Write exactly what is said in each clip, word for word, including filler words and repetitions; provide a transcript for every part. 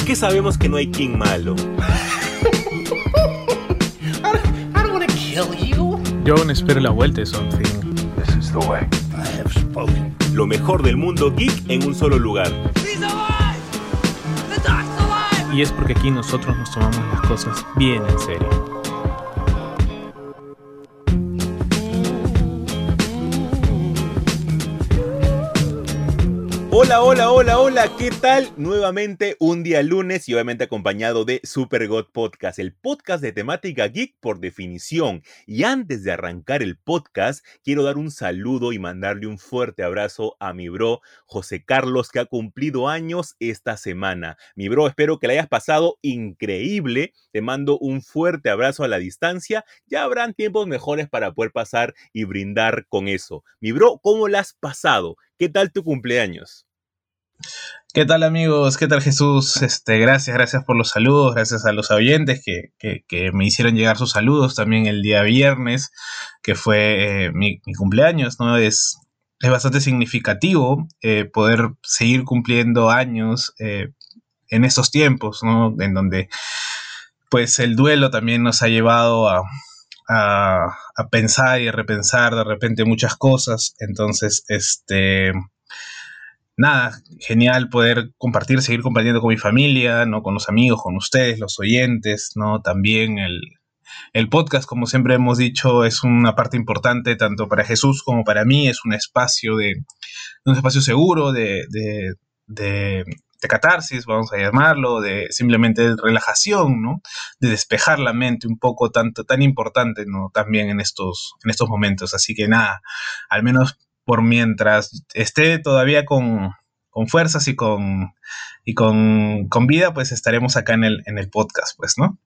qué sabemos que no hay King malo? Yo aún espero la vuelta de Something. This is the way. I have spoken. Lo mejor del mundo geek en un solo lugar. Y es porque aquí nosotros nos tomamos las cosas bien en serio. Hola, hola, hola, hola, ¿qué tal? Nuevamente un día lunes y obviamente acompañado de Super God Podcast, el podcast de temática geek por definición. Y antes de arrancar el podcast, quiero dar un saludo y mandarle un fuerte abrazo a mi bro José Carlos, que ha cumplido años esta semana. Mi bro, espero que la hayas pasado increíble. Te mando un fuerte abrazo a la distancia. Ya habrán tiempos mejores para poder pasar y brindar con eso. Mi bro, ¿cómo la has pasado? ¿Qué tal tu cumpleaños? ¿Qué tal, amigos? ¿Qué tal, Jesús? Este, gracias, gracias por los saludos, gracias a los oyentes que, que, que me hicieron llegar sus saludos también el día viernes, que fue eh, mi, mi cumpleaños, ¿no? Es, es bastante significativo eh, poder seguir cumpliendo años eh, en estos tiempos, ¿no? En donde, pues, el duelo también nos ha llevado a, a, a pensar y a repensar de repente muchas cosas. Entonces, este... Nada, genial poder compartir, seguir compartiendo con mi familia, ¿no? Con los amigos, con ustedes, los oyentes, ¿no? También el, el podcast, como siempre hemos dicho, es una parte importante tanto para Jesús como para mí. Es un espacio de un espacio seguro de, de, de, de catarsis, vamos a llamarlo, de simplemente relajación, ¿no? De despejar la mente un poco, tanto, tan importante, ¿no? También en estos, en estos momentos. Así que nada, al menos por mientras esté todavía con, con fuerzas y con y con, con vida, pues estaremos acá en el, en el podcast, pues, ¿no?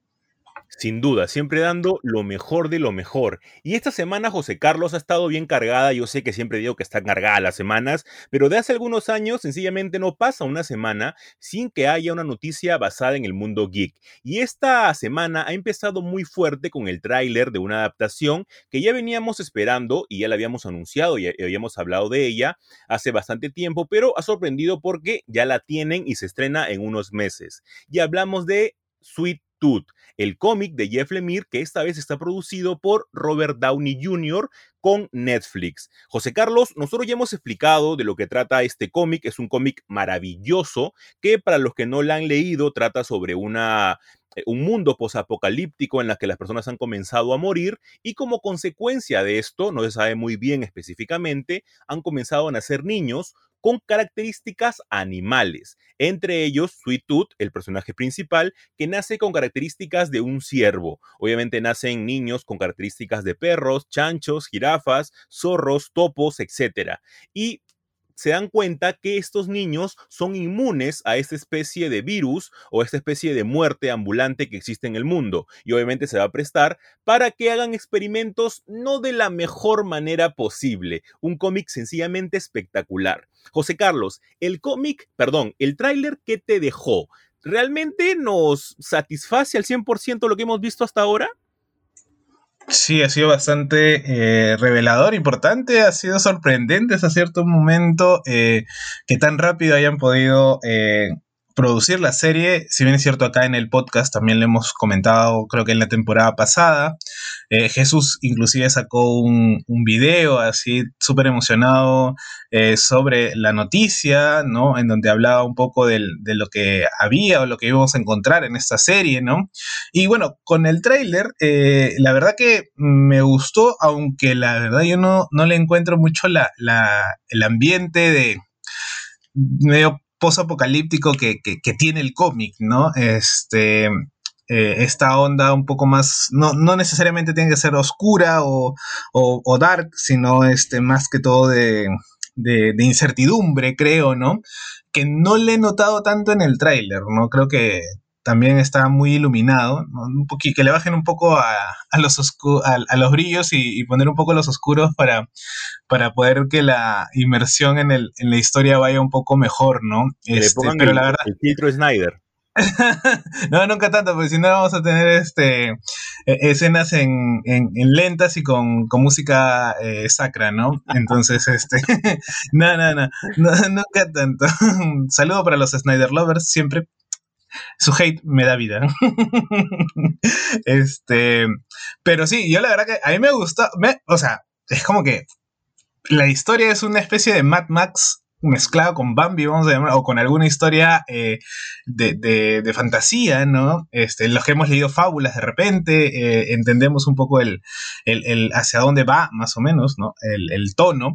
Sin duda, siempre dando lo mejor de lo mejor. Y esta semana José Carlos ha estado bien cargada. Yo sé que siempre digo que están cargadas las semanas, pero de hace algunos años sencillamente no pasa una semana sin que haya una noticia basada en el mundo geek. Y esta semana ha empezado muy fuerte con el tráiler de una adaptación que ya veníamos esperando y ya la habíamos anunciado y habíamos hablado de ella hace bastante tiempo, pero ha sorprendido porque ya la tienen y se estrena en unos meses. Y hablamos de Sweet Tooth, el cómic de Jeff Lemire que esta vez está producido por Robert Downey junior con Netflix. José Carlos, nosotros ya hemos explicado de lo que trata este cómic. Es un cómic maravilloso que, para los que no lo han leído, trata sobre una... un mundo posapocalíptico en el que las personas han comenzado a morir y como consecuencia de esto, no se sabe muy bien específicamente, han comenzado a nacer niños con características animales, entre ellos Sweet Tooth, el personaje principal, que nace con características de un ciervo. Obviamente nacen niños con características de perros, chanchos, jirafas, zorros, topos, etcétera. Y se dan cuenta que estos niños son inmunes a esta especie de virus o esta especie de muerte ambulante que existe en el mundo. Y obviamente se va a prestar para que hagan experimentos no de la mejor manera posible. Un cómic sencillamente espectacular. José Carlos, el cómic, perdón, el tráiler, ¿qué te dejó? ¿Realmente nos satisface al cien por ciento lo que hemos visto hasta ahora? Sí, ha sido bastante eh, revelador, importante, ha sido sorprendente hasta cierto momento eh, que tan rápido hayan podido eh, producir la serie. Si bien es cierto, acá en el podcast también le hemos comentado, creo que en la temporada pasada, eh, Jesús inclusive sacó un, un video así súper emocionado eh, sobre la noticia, ¿no? En donde hablaba un poco del, de lo que había o lo que íbamos a encontrar en esta serie, ¿no? Y bueno, con el tráiler, eh, la verdad que me gustó, aunque la verdad yo no, no le encuentro mucho la, la, el ambiente de medio post-apocalíptico que, que, que tiene el cómic, ¿no? Este, eh, esta onda un poco más, no, no necesariamente tiene que ser oscura o, o, o dark, sino este, más que todo de, de, de incertidumbre, creo, ¿no? Que no le he notado tanto en el tráiler, ¿no? Creo que también está muy iluminado, ¿no? Un poquito, que le bajen un poco a, a, los, oscu- a, a los brillos y, y poner un poco los oscuros para, para poder que la inmersión en, el, en la historia vaya un poco mejor, ¿no? Que este, le pongan pero el, la verdad, el filtro Snyder. No, nunca tanto, porque si no vamos a tener este escenas en, en, en lentas y con, con música eh, sacra, ¿no? Entonces, este no, no, no, no, nunca tanto. Saludo para los Snyder Lovers, siempre. su hate me da vida. este, pero sí, yo la verdad que a mí me gustó, me, o sea, es como que la historia es una especie de Mad Max mezclado con Bambi, vamos a llamar, o con alguna historia eh, de, de, de fantasía, ¿no? Este, los que hemos leído fábulas de repente, eh, entendemos un poco el, el, el hacia dónde va, más o menos, ¿no? El, el tono,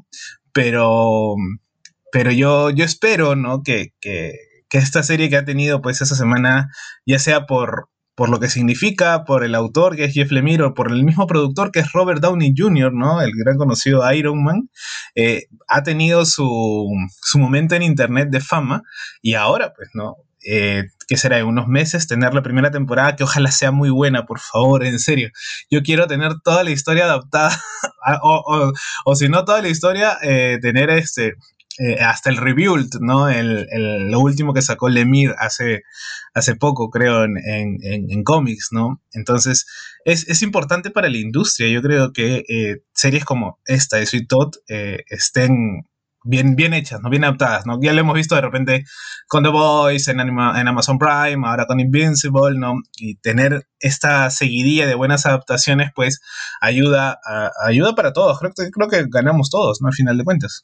pero, pero yo, yo espero, ¿no? Que, que, que esta serie que ha tenido, pues, esa semana, ya sea por... por lo que significa, por el autor que es Jeff Lemire, o por el mismo productor que es Robert Downey junior, ¿no? El gran conocido Iron Man, eh, ha tenido su, su momento en internet de fama, y ahora, pues, ¿no? Eh, ¿Qué será? En unos meses tener la primera temporada, que ojalá sea muy buena, por favor, en serio. Yo quiero tener toda la historia adaptada, o, o, o si no toda la historia, eh, tener este... Eh, hasta el Rebuild, ¿no? El, el, lo último que sacó Lemire hace, hace poco, creo, en, en, en, en cómics, ¿no? Entonces, es, es importante para la industria. Yo creo que eh, series como esta de Sweet Tooth eh, estén bien, bien hechas, ¿no? Bien adaptadas, ¿no? Ya lo hemos visto de repente con The Boys, en, Anima, en Amazon Prime, ahora con Invincible, ¿no? Y tener esta seguidilla de buenas adaptaciones, pues, ayuda, a, ayuda para todos. Creo que, creo que ganamos todos, ¿no? Al final de cuentas.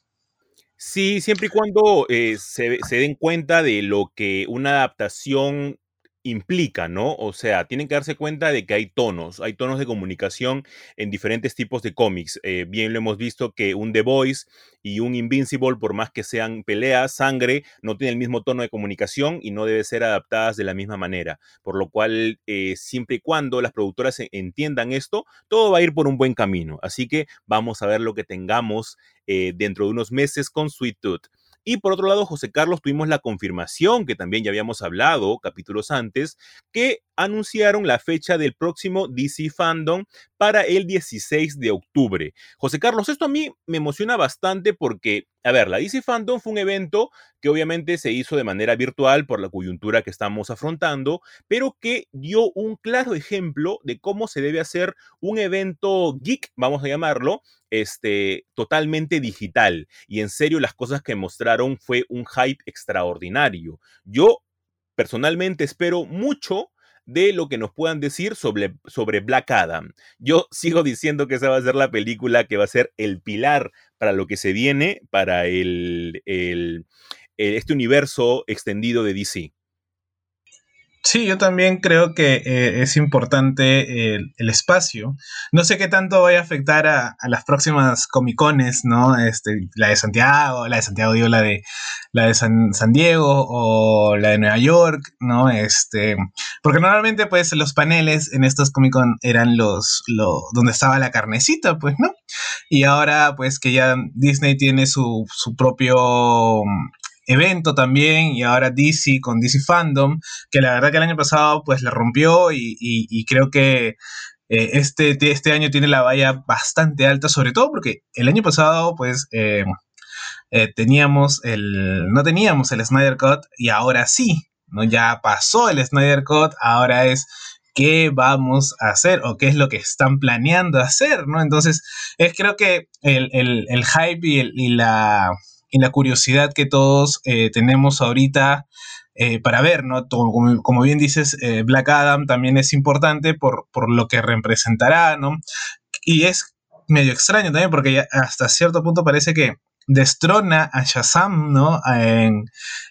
Sí, siempre y cuando eh, se, se den cuenta de lo que una adaptación implica, ¿no? O sea, tienen que darse cuenta de que hay tonos, hay tonos de comunicación en diferentes tipos de cómics. Eh, bien lo hemos visto que un The Boys y un Invincible, por más que sean peleas, sangre, no tienen el mismo tono de comunicación y no deben ser adaptadas de la misma manera. Por lo cual, eh, siempre y cuando las productoras entiendan esto, todo va a ir por un buen camino. Así que vamos a ver lo que tengamos eh, dentro de unos meses con Sweet Tooth. Y por otro lado, José Carlos, tuvimos la confirmación, que también ya habíamos hablado capítulos antes, que anunciaron la fecha del próximo D C Fandom para el dieciséis de octubre. José Carlos, esto a mí me emociona bastante porque, a ver, la D C Fandom fue un evento que obviamente se hizo de manera virtual por la coyuntura que estamos afrontando, pero que dio un claro ejemplo de cómo se debe hacer un evento geek, vamos a llamarlo, este, totalmente digital. Y en serio, las cosas que mostraron fue un hype extraordinario. Yo personalmente espero mucho de lo que nos puedan decir sobre, sobre Black Adam. Yo sigo diciendo que esa va a ser la película que va a ser el pilar para lo que se viene, para el, el, el, este universo extendido de D C. Sí, yo también creo que eh, es importante el, el espacio. No sé qué tanto vaya a afectar a, a las próximas Comic-Cones, ¿no? Este, la de Santiago, la de Santiago digo, la de la de San, San Diego o la de Nueva York, ¿no? Este, porque normalmente, pues, los paneles en estos Comic-Con eran los, los donde estaba la carnecita, pues, ¿no? Y ahora, pues, que ya Disney tiene su, su propio evento también, y ahora D C con D C Fandom, que la verdad que el año pasado pues la rompió y, y, y creo que eh, este, este año tiene la valla bastante alta, sobre todo porque el año pasado pues eh, eh, teníamos el, no teníamos el Snyder Cut y ahora sí, ¿no? Ya pasó el Snyder Cut, ahora es qué vamos a hacer o qué es lo que están planeando hacer, ¿no? Entonces es creo que el, el, el hype y, el, y la y la curiosidad que todos eh, tenemos ahorita eh, para ver, ¿no? Como, como bien dices, eh, Black Adam también es importante por, por lo que representará, ¿no? Y es medio extraño también porque ya hasta cierto punto parece que destrona a Shazam, ¿no? En,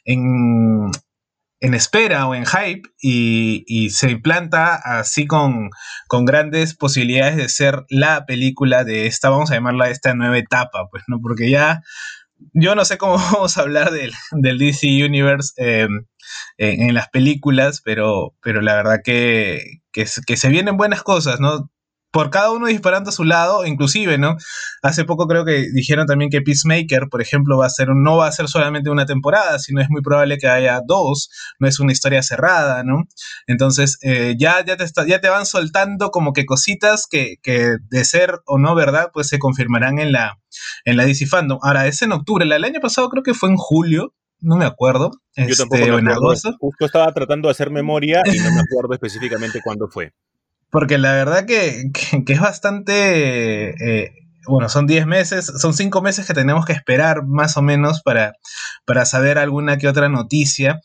en, en espera o en hype y, y se implanta así con, con grandes posibilidades de ser la película de esta, vamos a llamarla esta nueva etapa, pues, ¿no? Porque ya yo no sé cómo vamos a hablar del, del D C Universe eh, en, en las películas, pero, pero la verdad que, que, que se vienen buenas cosas, ¿no? Por cada uno disparando a su lado, inclusive, ¿no? Hace poco creo que dijeron también que Peacemaker, por ejemplo, va a ser, no va a ser solamente una temporada, sino es muy probable que haya dos, no es una historia cerrada, ¿no? Entonces, eh, ya, ya, te está, ya te van soltando como que cositas que, que de ser o no verdad, pues se confirmarán en la, en la D C Fandom. Ahora, es en octubre, el año pasado creo que fue en julio, no me acuerdo. Yo este, tampoco me o en acuerdo. agosto. Justo estaba tratando de hacer memoria y no me acuerdo específicamente cuándo fue. Porque la verdad que, que, que es bastante... Eh, bueno, son diez meses, son cinco meses que tenemos que esperar más o menos para, para saber alguna que otra noticia.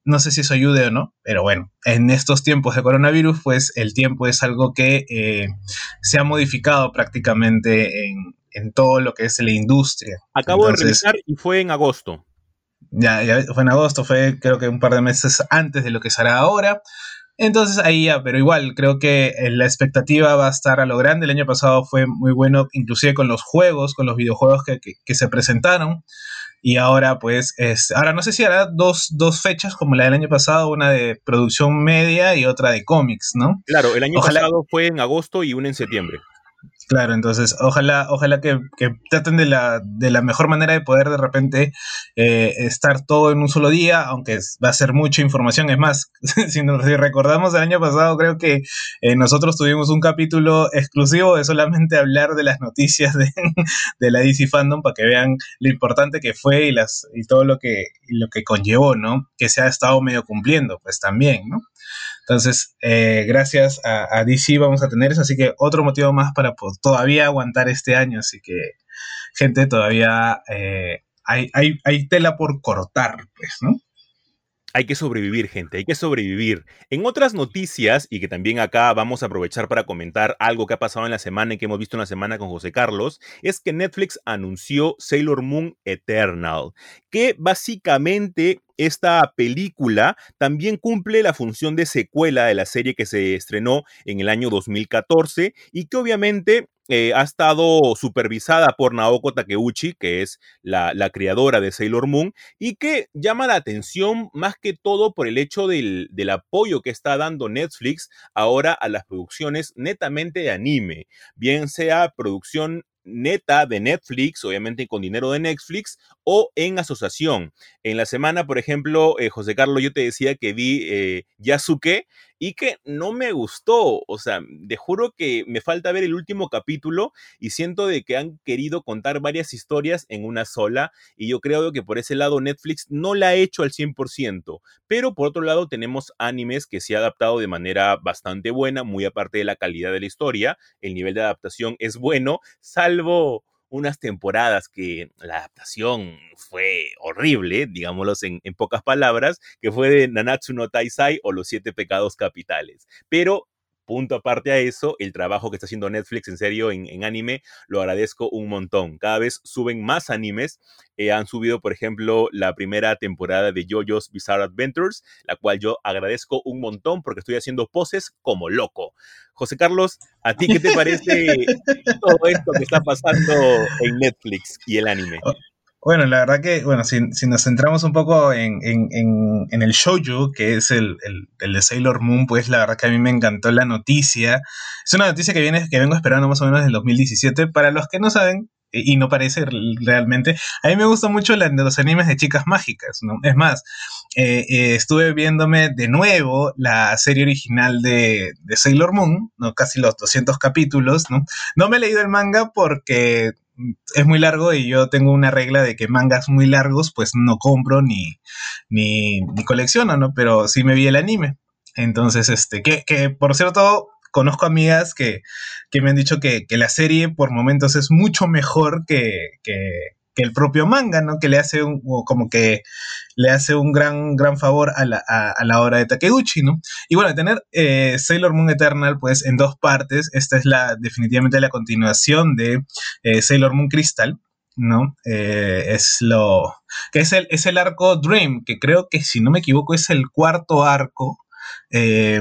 no sé si eso ayude o no, pero bueno, en estos tiempos de coronavirus, pues el tiempo es algo que eh, se ha modificado prácticamente en, en todo lo que es la industria. Acabo de Entonces, revisar y fue en agosto. ya, ya fue en agosto, fue creo que un par de meses antes de lo que será ahora. Entonces ahí ya, pero igual creo que eh, la expectativa va a estar a lo grande. El año pasado fue muy bueno, inclusive con los juegos, con los videojuegos que, que, que se presentaron. Y ahora pues, es, ahora no sé si hará dos, dos fechas como la del año pasado, una de producción media y otra de cómics, ¿no? Claro, el año Ojalá, pasado fue en agosto y una en septiembre. claro, entonces ojalá, ojalá que, que traten de la, de la mejor manera de poder de repente eh, estar todo en un solo día, aunque es- va a ser mucha información. Es más, si, nos, si recordamos el año pasado, creo que eh, nosotros tuvimos un capítulo exclusivo de solamente hablar de las noticias de, de la D C Fandom para que vean lo importante que fue y, las, y todo lo que, y lo que conllevó, ¿no? Que se ha estado medio cumpliendo, pues también, ¿no? Entonces, eh, gracias a, a D C vamos a tener eso, así que otro motivo más para pues, todavía aguantar este año, así que, gente, todavía eh, hay, hay, hay tela por cortar, pues, ¿no? Hay que sobrevivir, gente, hay que sobrevivir. En otras noticias, y que también acá vamos a aprovechar para comentar algo que ha pasado en la semana y que hemos visto en la semana con José Carlos, es que Netflix anunció Sailor Moon Eternal, que básicamente esta película también cumple la función de secuela de la serie que se estrenó en el año dos mil catorce y que obviamente eh, ha estado supervisada por Naoko Takeuchi, que es la, la creadora de Sailor Moon, y que llama la atención más que todo por el hecho del, del apoyo que está dando Netflix ahora a las producciones netamente de anime, bien sea producción neta de Netflix, obviamente con dinero de Netflix, o en asociación. En la semana, por ejemplo, eh, José Carlos, yo te decía que vi eh, Yasuke y que no me gustó. O sea, te juro que me falta ver el último capítulo y siento de que han querido contar varias historias en una sola y yo creo que por ese lado Netflix no la ha hecho al cien por ciento. Pero por otro lado tenemos animes que se ha adaptado de manera bastante buena, muy aparte de la calidad de la historia. El nivel de adaptación es bueno, salvo unas temporadas que la adaptación fue horrible, digámoslo en, en pocas palabras, que fue de Nanatsu no Taizai o Los Siete Pecados Capitales. Pero punto aparte a eso, el trabajo que está haciendo Netflix en serio en, en anime, lo agradezco un montón. Cada vez suben más animes. Eh, han subido, por ejemplo, la primera temporada de JoJo's Bizarre Adventures, la cual yo agradezco un montón porque estoy haciendo poses como loco. José Carlos, ¿a ti qué te parece todo esto que está pasando en Netflix y el anime? Bueno, la verdad que, bueno, si, si nos centramos un poco en, en, en, en el shoujo, que es el, el, el de Sailor Moon, pues la verdad que a mí me encantó la noticia. Es una noticia que, viene, que vengo esperando más o menos en el dos mil diecisiete. Para los que no saben, y no parece realmente, a mí me gustan mucho la, los animes de chicas mágicas, ¿no? Es más, eh, eh, estuve viéndome de nuevo la serie original de, de Sailor Moon, ¿no? Casi los doscientos capítulos, ¿no? No me he leído el manga porque es muy largo y yo tengo una regla de que mangas muy largos pues no compro ni, ni, ni colecciono, ¿no? Pero sí me vi el anime. Entonces, este, que, que por cierto, conozco amigas que, que me han dicho que, que la serie por momentos es mucho mejor que, que, que el propio manga, ¿no? Que le hace un, como que le hace un gran, gran favor a la, a, a la obra de Takeuchi, ¿no? Y bueno, tener eh, Sailor Moon Eternal, pues, en dos partes. Esta es la definitivamente la continuación de eh, Sailor Moon Crystal, ¿no? Eh, es lo... que es el, es el arco Dream, que creo que, si no me equivoco, es el cuarto arco eh,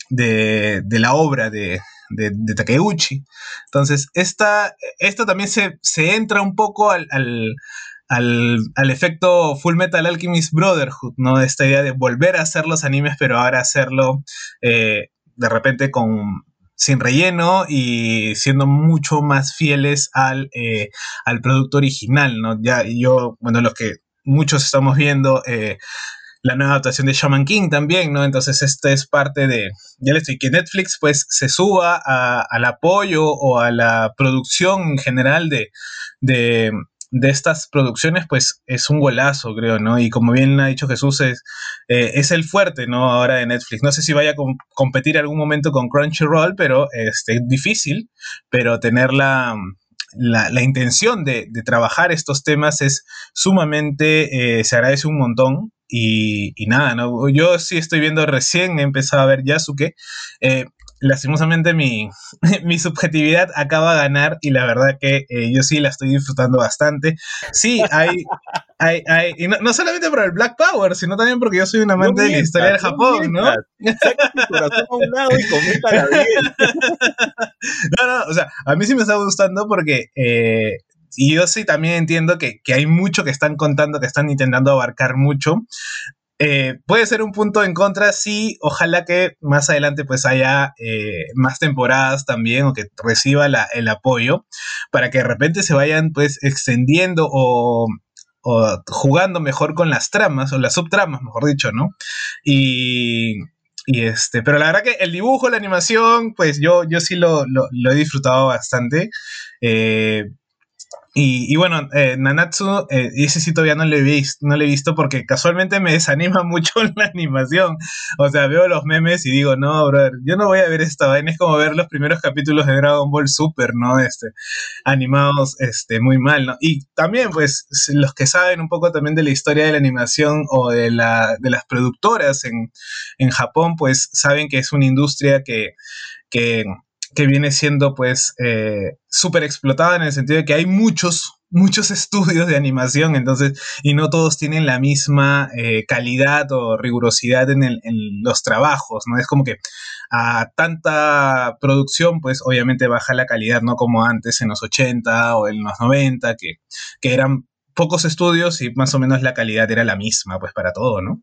de, de la obra de, de, de Takeuchi. Entonces, esta, esta también se, se entra un poco al... al Al, al efecto Full Metal Alchemist Brotherhood, ¿no? Esta idea de volver a hacer los animes, pero ahora hacerlo eh, de repente con sin relleno y siendo mucho más fieles al, eh, al producto original, ¿no? Ya yo, bueno, los que muchos estamos viendo eh, la nueva adaptación de Shaman King también, ¿no? Entonces esta es parte de, ya le estoy, que Netflix pues se suba a, al apoyo o a la producción en general de, de de estas producciones, pues es un golazo, creo, ¿no? Y como bien ha dicho Jesús, es, eh, es el fuerte, ¿no? Ahora de Netflix. No sé si vaya a com- competir algún momento con Crunchyroll, pero este, es difícil, pero tenerla la, la intención de, de trabajar estos temas es sumamente, eh, se agradece un montón. Y, y nada, ¿no? Yo sí estoy viendo, recién he empezado a ver Yasuke. Eh, lastimosamente mi, mi subjetividad acaba de ganar y la verdad que eh, yo sí la estoy disfrutando bastante. Sí, hay... hay, hay y no, no solamente por el Black Power, sino también porque yo soy un amante No de la mientas, historia del no Japón, ¿no? mientas. Saca tu corazón a un lado y coméntala bien. No, no, o sea, a mí sí me está gustando porque eh, y yo sí también entiendo que, que hay mucho que están contando, que están intentando abarcar mucho. Eh, puede ser un punto en contra, sí, ojalá que más adelante pues haya eh, más temporadas también o que reciba la, el apoyo para que de repente se vayan pues extendiendo o, o jugando mejor con las tramas o las subtramas, mejor dicho, ¿no? Y... Y este, pero la verdad que el dibujo, la animación, pues yo, yo sí lo, lo, lo he disfrutado bastante. Eh, y, y bueno, eh, Nanatsu, eh, ese sí todavía no lo, he visto, no lo he visto porque casualmente me desanima mucho la animación. O sea, veo los memes y digo, no, brother, yo no voy a ver esta vaina. Es como ver los primeros capítulos de Dragon Ball Super, ¿no? Este, animados este, muy mal, ¿no? Y también, pues, los que saben un poco también de la historia de la animación o de, la, de las productoras en, en Japón, pues saben que es una industria que... que que viene siendo pues eh, súper explotada en el sentido de que hay muchos, muchos estudios de animación, entonces, y no todos tienen la misma eh, calidad o rigurosidad en, el, en los trabajos, ¿no? Es como que a tanta producción, pues obviamente baja la calidad, no como antes en los ochenta o en los noventa, que, que eran pocos estudios y más o menos la calidad era la misma, pues para todo, ¿no?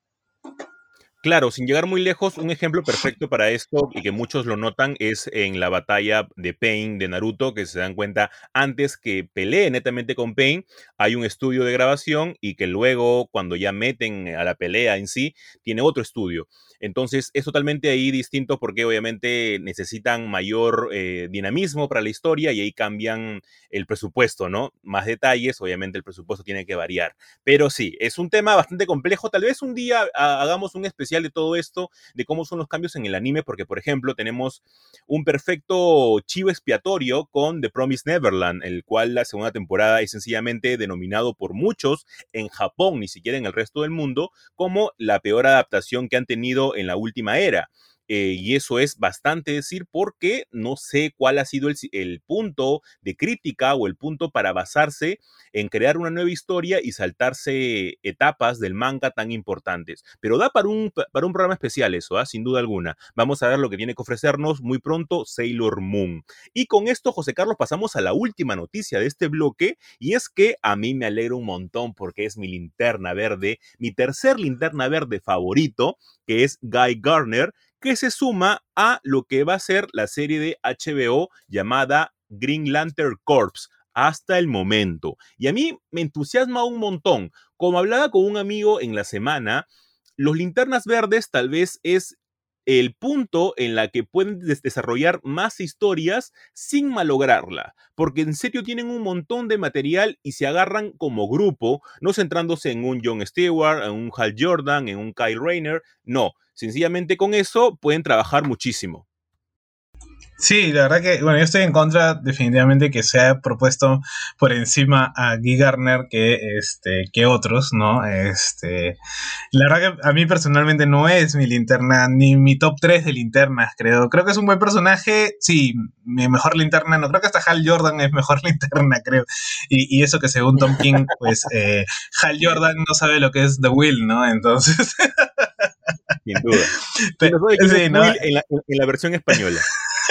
Claro, sin llegar muy lejos, un ejemplo perfecto para esto y que muchos lo notan es en la batalla de Pain de Naruto, que se dan cuenta antes que pelee netamente con Pain, hay un estudio de grabación y que luego cuando ya meten a la pelea en sí, tiene otro estudio. Entonces es totalmente ahí distinto porque obviamente necesitan mayor eh, dinamismo para la historia y ahí cambian el presupuesto, ¿no? Más detalles, obviamente el presupuesto tiene que variar. Pero sí, es un tema bastante complejo. Tal vez un día a, hagamos un especial de todo esto, de cómo son los cambios en el anime, porque por ejemplo tenemos un perfecto chivo expiatorio con The Promised Neverland, el cual la segunda temporada es sencillamente denominado por muchos en Japón, ni siquiera en el resto del mundo, como la peor adaptación que han tenido en la última era. Eh, y eso es bastante decir porque no sé cuál ha sido el, el punto de crítica o el punto para basarse en crear una nueva historia y saltarse etapas del manga tan importantes. Pero da para un, para un programa especial eso, ¿eh? Sin duda alguna. Vamos a ver lo que tiene que ofrecernos muy pronto Sailor Moon. Y con esto, José Carlos, pasamos a la última noticia de este bloque y es que a mí me alegra un montón porque es mi linterna verde, mi tercer linterna verde favorito, que es Guy Gardner, que se suma a lo que va a ser la serie de H B O llamada Green Lantern Corps hasta el momento. Y a mí me entusiasma un montón. Como hablaba con un amigo en la semana, los linternas verdes tal vez es el punto en la que pueden des- desarrollar más historias sin malograrla, porque en serio tienen un montón de material y se agarran como grupo, no centrándose en un Jon Stewart, en un Hal Jordan, en un Kyle Rayner, no, sencillamente con eso pueden trabajar muchísimo. Sí, la verdad que, bueno, yo estoy en contra definitivamente que se haya propuesto por encima a Guy Gardner que, este, que otros, ¿no? Este, la verdad que a mí personalmente no es mi linterna, ni mi top tres de linternas, creo. Creo que es un buen personaje, sí, mi mejor linterna, no creo que hasta Hal Jordan es mejor linterna, creo. Y, y eso que según Tom King, pues eh, Hal Jordan no sabe lo que es The Will, ¿no? Entonces... Sin duda. Pe- Y no sabe quién sí, es ¿no? Will en la, en la versión española.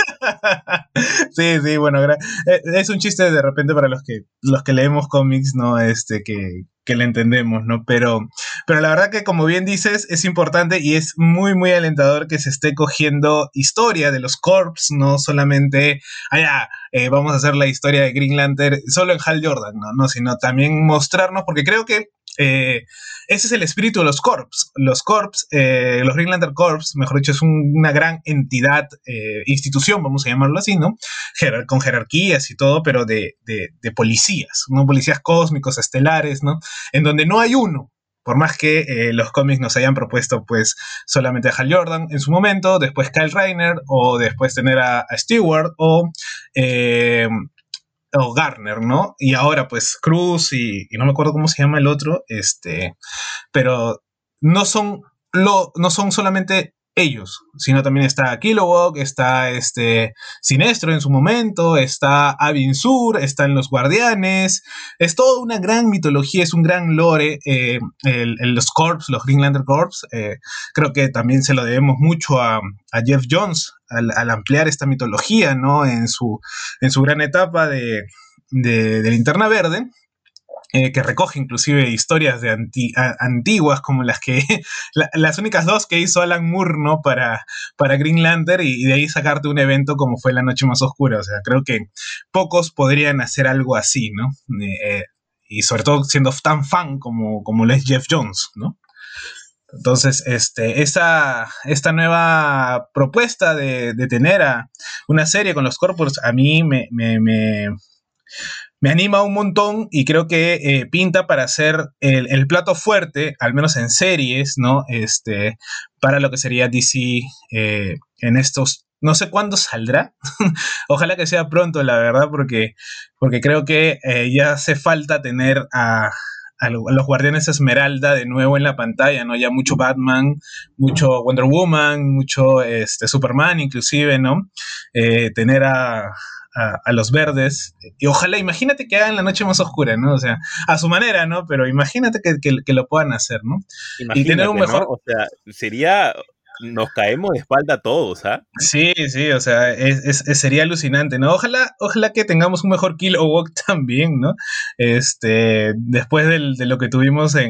Sí, sí, bueno, gra- eh, es un chiste de repente para los que los que leemos cómics, ¿no? Este, que, que le entendemos, ¿no? Pero, pero la verdad que como bien dices, es importante y es muy, muy alentador que se esté cogiendo historia de los Corps, no solamente, allá, eh, vamos a hacer la historia de Green Lantern solo en Hal Jordan, ¿no? No, sino también mostrarnos, porque creo que eh, ese es el espíritu de los Corps. Los Corps, eh, los Green Lantern Corps, mejor dicho, es un, una gran entidad, eh, institución, vamos a llamarlo así, ¿no? Jerar- con jerarquías y todo, pero de, de, de policías, ¿no? Policías cósmicos, estelares, ¿no? En donde no hay uno. Por más que eh, los cómics nos hayan propuesto, pues, solamente a Hal Jordan en su momento, después Kyle Rayner, o después tener a, a Stewart, o... Eh, o Garner, ¿no? Y ahora pues Cruz y, y no me acuerdo cómo se llama el otro, este, pero no son, lo, no son solamente ellos, sino también está Kilowog, está este Sinestro en su momento, está Avin Sur, están los Guardianes, es toda una gran mitología, es un gran lore, eh, el, el, los Corps, los Green Lantern Corps, eh, creo que también se lo debemos mucho a, a Jeff Jones al, al ampliar esta mitología, ¿no? En su, en su gran etapa de, de, de Linterna Verde. Eh, que recoge inclusive historias de anti, a, antiguas como las que la, las únicas dos que hizo Alan Moore, ¿no? para, para Green Lantern y, y de ahí sacarte un evento como fue La Noche Más Oscura. O sea, creo que pocos podrían hacer algo así, ¿no? Eh, y sobre todo siendo tan fan como, como lo es Jeff Jones, ¿no? Entonces, este, esa, esta nueva propuesta de, de tener a una serie con los Corpus a mí me... me, me Me anima un montón y creo que eh, pinta para hacer el, el plato fuerte, al menos en series, ¿no? Este, para lo que sería D C eh, en estos... No sé cuándo saldrá. Ojalá que sea pronto, la verdad, porque, porque creo que eh, ya hace falta tener a, a los Guardianes Esmeralda de nuevo en la pantalla, ¿no? Ya mucho Batman, mucho Wonder Woman, mucho este, Superman inclusive, ¿no? Eh, tener a... A, a los verdes, y ojalá, imagínate que hagan La Noche Más Oscura, ¿no? O sea, a su manera, ¿no? Pero imagínate que, que, que lo puedan hacer, ¿no? Imagínate, y tener un mejor... ¿no? O sea, sería... Nos caemos de espalda todos, ¿ah? ¿eh? Sí, sí, o sea, es, es, es, sería alucinante, ¿no? Ojalá, ojalá que tengamos un mejor Kilowog también, ¿no? Este, después del, de lo que tuvimos en...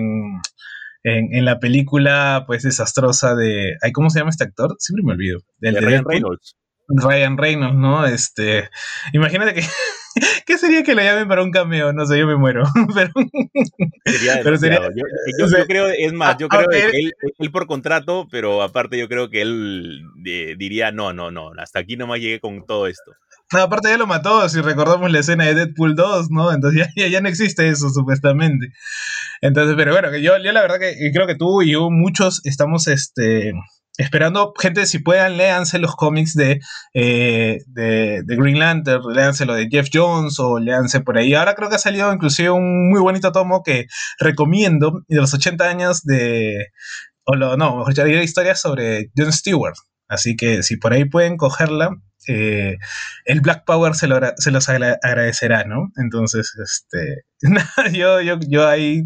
En, en la película, pues, desastrosa de... Ay, ¿cómo se llama este actor? Siempre me olvido. Del de, de Ryan Reynolds. Ryan Reynolds, ¿no? Este, imagínate que ¿qué sería que lo llamen para un cameo? No sé, yo me muero. Pero sería, pero sería yo, yo, yo creo, es más, yo creo okay. que él, él por contrato, pero aparte yo creo que él eh, diría, no, no, no, hasta aquí nomás llegué con todo esto. No, aparte ya lo mató, si recordamos la escena de Deadpool dos, ¿no? Entonces ya, ya, ya no existe eso, supuestamente. Entonces, pero bueno, que yo, yo la verdad que creo que tú y yo, muchos, estamos, este... esperando, gente, si puedan, léanse los cómics de, eh, de, de Green Lantern, léanse lo de Jeff Jones o léanse por ahí. Ahora creo que ha salido inclusive un muy bonito tomo que recomiendo, de los ochenta años de, o lo, no, mejor dicho, hay historias sobre Jon Stewart. Así que si por ahí pueden cogerla, eh, el Black Power se, lo, se los agra- agradecerá, ¿no? Entonces, este, yo, yo, yo ahí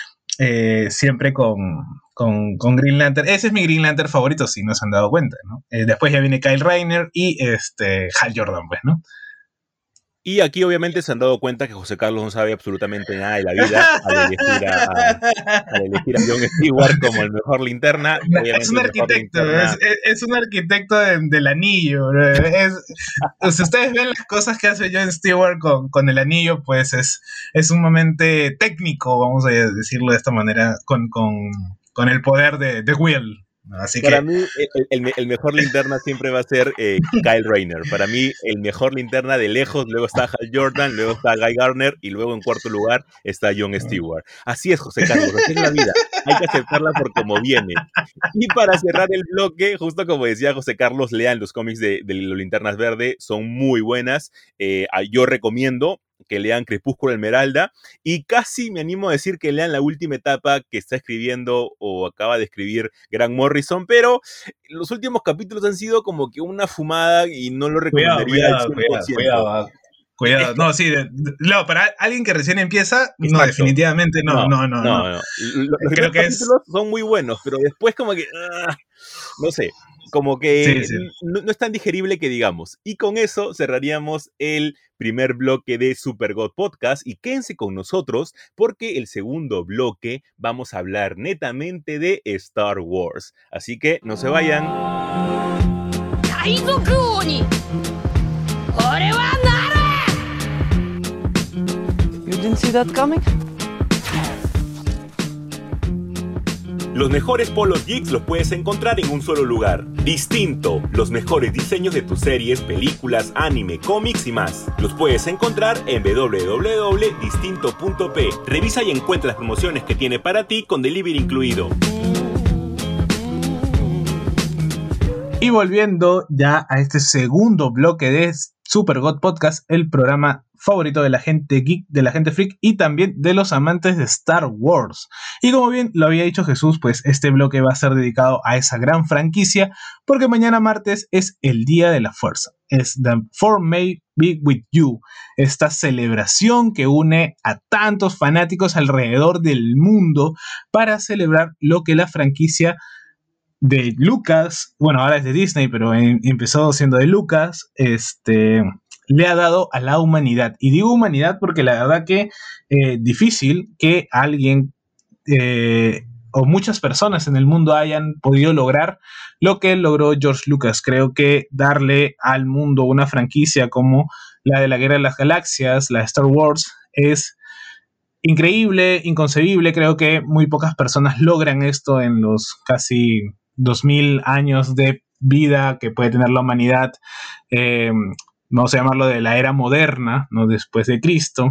eh, siempre con... Con, con Green Lantern, ese es mi Green Lantern favorito, si no se han dado cuenta, ¿no? Eh, después ya viene Kyle Rayner y este Hal Jordan, pues, ¿no? Y aquí obviamente se han dado cuenta que José Carlos no sabe absolutamente nada de la vida al elegir a, a, al elegir a Jon Stewart como el mejor linterna. Es un arquitecto, linterna... es, es, es un arquitecto de, del anillo. Es, si ustedes ven las cosas que hace Jon Stewart con, con el anillo, pues es, es sumamente técnico, vamos a decirlo de esta manera, con, con, con el poder de, de Will. Así Para que... mí, el, el, el mejor linterna siempre va a ser eh, Kyle Rayner. Para mí, el mejor linterna de lejos, luego está Hal Jordan, luego está Guy Gardner y luego en cuarto lugar está Jon Stewart. Así es, José Carlos, así es la vida. Hay que aceptarla por como viene. Y para cerrar el bloque, justo como decía José Carlos, lean los cómics de, de los Linternas Verde, son muy buenas. Eh, yo recomiendo que lean Crepúsculo Esmeralda y casi me animo a decir que lean la última etapa que está escribiendo o acaba de escribir Grant Morrison, pero los últimos capítulos han sido como que una fumada y no lo recomendaría al cien por ciento. Cuidado, cuidado, cuidado. No, sí, de, de, no, para alguien que recién empieza, Exacto. no, definitivamente no, no, no. no, no. no. Los Creo que capítulos es... son muy buenos, pero después como que, uh, no sé, como que sí, sí. No, no es tan digerible que digamos. Y con eso cerraríamos el primer bloque de Super God Podcast y quédense con nosotros porque el segundo bloque vamos a hablar netamente de Star Wars. Así que no se vayan. You didn't see that coming? Los mejores polos geeks los puedes encontrar en un solo lugar. Distinto, los mejores diseños de tus series, películas, anime, cómics y más. Los puedes encontrar en doble u doble u doble u punto distinto punto pe. Revisa y encuentra las promociones que tiene para ti con delivery incluido. Y volviendo ya a este segundo bloque de Super God Podcast, el programa favorito de la gente geek, de la gente freak y también de los amantes de Star Wars. Y como bien lo había dicho Jesús, pues este bloque va a ser dedicado a esa gran franquicia porque mañana martes es el Día de la Fuerza. Es The Force May Be With You, esta celebración que une a tantos fanáticos alrededor del mundo para celebrar lo que la franquicia de Lucas, bueno, ahora es de Disney, pero en, empezó siendo de Lucas, este, le ha dado a la humanidad. Y digo humanidad porque la verdad que eh, difícil que alguien eh, o muchas personas en el mundo hayan podido lograr lo que logró George Lucas. Creo que darle al mundo una franquicia como la de la Guerra de las Galaxias, la de Star Wars, es increíble, inconcebible. Creo que muy pocas personas logran esto en los casi dos mil años de vida que puede tener la humanidad, eh, vamos a llamarlo de la era moderna, ¿no? Después de Cristo.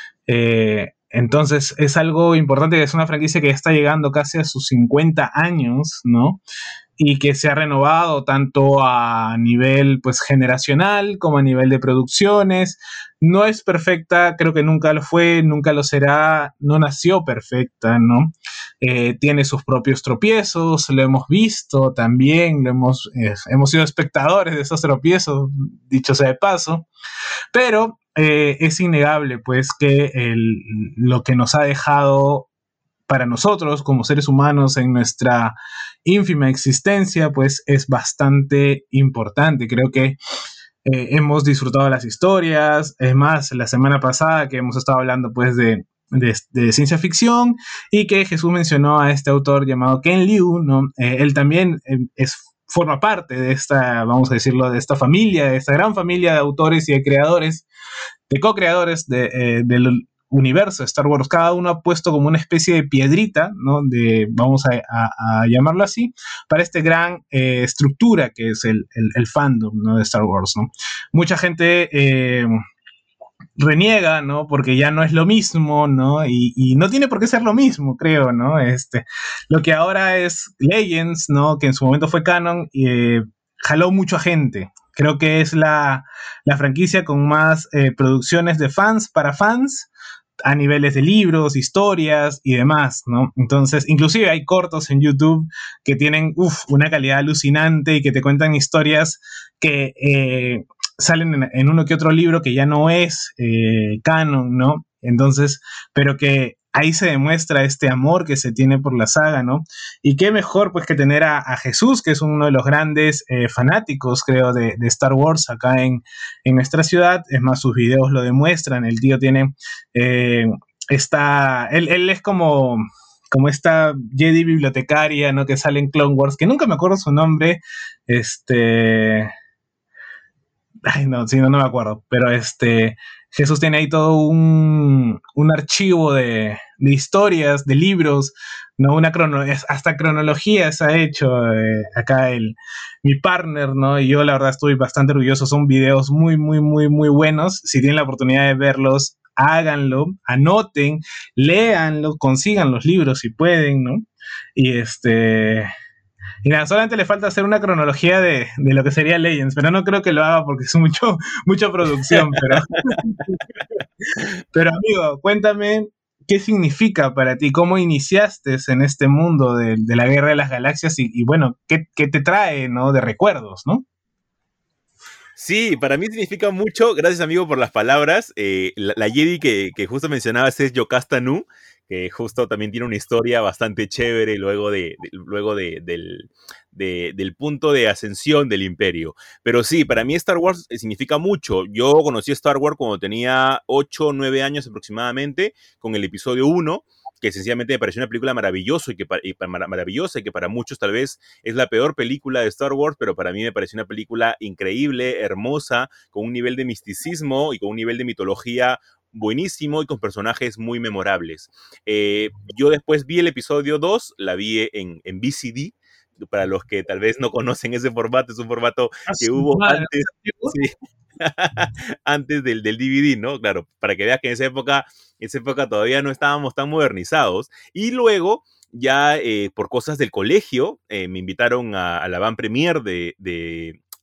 Eh, entonces es algo importante, es una franquicia que ya está llegando casi a sus cincuenta años, ¿no? Y que se ha renovado tanto a nivel pues generacional como a nivel de producciones. No es perfecta, creo que nunca lo fue, nunca lo será, no nació perfecta, ¿no? Eh, tiene sus propios tropiezos, lo hemos visto también, lo hemos, eh, hemos sido espectadores de esos tropiezos, dicho sea de paso, pero eh, es innegable pues que el, lo que nos ha dejado para nosotros como seres humanos en nuestra ínfima existencia, pues es bastante importante. Creo que eh, hemos disfrutado las historias. Es más, la semana pasada que hemos estado hablando pues de, de, de ciencia ficción y que Jesús mencionó a este autor llamado Ken Liu, ¿no? Eh, él también eh, es, forma parte de esta, vamos a decirlo, de esta familia, de esta gran familia de autores y de creadores, de co-creadores de, eh, del universo de Star Wars. Cada uno ha puesto como una especie de piedrita, ¿no? De, vamos a, a, a llamarlo así, para esta gran eh, estructura que es el, el, el fandom, ¿no? De Star Wars, ¿no? Mucha gente eh, reniega, ¿no? Porque ya no es lo mismo, ¿no? Y, y no tiene por qué ser lo mismo, creo, ¿no? Este, lo que ahora es Legends, ¿no? Que en su momento fue canon, eh, jaló mucha gente. Creo que es la, la franquicia con más eh, producciones de fans para fans, a niveles de libros, historias y demás, ¿no? Entonces, inclusive hay cortos en YouTube que tienen uf, una calidad alucinante y que te cuentan historias que eh, salen en, en uno que otro libro que ya no es eh, canon, ¿no? Entonces, pero que ahí se demuestra este amor que se tiene por la saga, ¿no? Y qué mejor pues que tener a, a Jesús, que es uno de los grandes eh, fanáticos, creo, de, de Star Wars acá en, en nuestra ciudad. Es más, sus videos lo demuestran. El tío tiene eh, esta... Él, él es como... como esta Jedi bibliotecaria, ¿no? Que sale en Clone Wars, que nunca me acuerdo su nombre. Este... Ay, no, sí, no, no me acuerdo. Pero este... Jesús tiene ahí todo un, un archivo de, de historias, de libros, ¿no? Una crono, hasta cronologías ha hecho eh, acá el, mi partner, ¿no? Y yo la verdad estoy bastante orgulloso. Son videos muy, muy, muy, muy buenos. Si tienen la oportunidad de verlos, háganlo, anoten, léanlo, consigan los libros si pueden, ¿no? Y este... Y nada, solamente le falta hacer una cronología de, de lo que sería Legends, pero no creo que lo haga porque es mucho, mucha producción. Pero, pero amigo, cuéntame qué significa para ti, cómo iniciaste en este mundo de, de la Guerra de las Galaxias y, y bueno, qué, qué te trae, ¿no? De recuerdos, ¿no? Sí, para mí significa mucho. Gracias, amigo, por las palabras. Eh, la, la Jedi que, que justo mencionabas es Yocasta Nu, que justo también tiene una historia bastante chévere luego, de, de, luego de, del, de, del punto de ascensión del Imperio. Pero sí, para mí Star Wars significa mucho. Yo conocí Star Wars cuando tenía ocho o nueve años aproximadamente, con el episodio uno, que sencillamente me pareció una película maravillosa y que, y maravillosa y que para muchos tal vez es la peor película de Star Wars, pero para mí me pareció una película increíble, hermosa, con un nivel de misticismo y con un nivel de mitología buenísimo y con personajes muy memorables. Eh, yo después vi el episodio dos, la vi en, en V C D. Para los que tal vez no conocen ese formato, es un formato que hubo antes, sí, antes del, del D V D, ¿no? Claro, para que veas que en esa época, en esa época todavía no estábamos tan modernizados. Y luego, ya eh, por cosas del colegio, eh, me invitaron a, a la van premier de, de,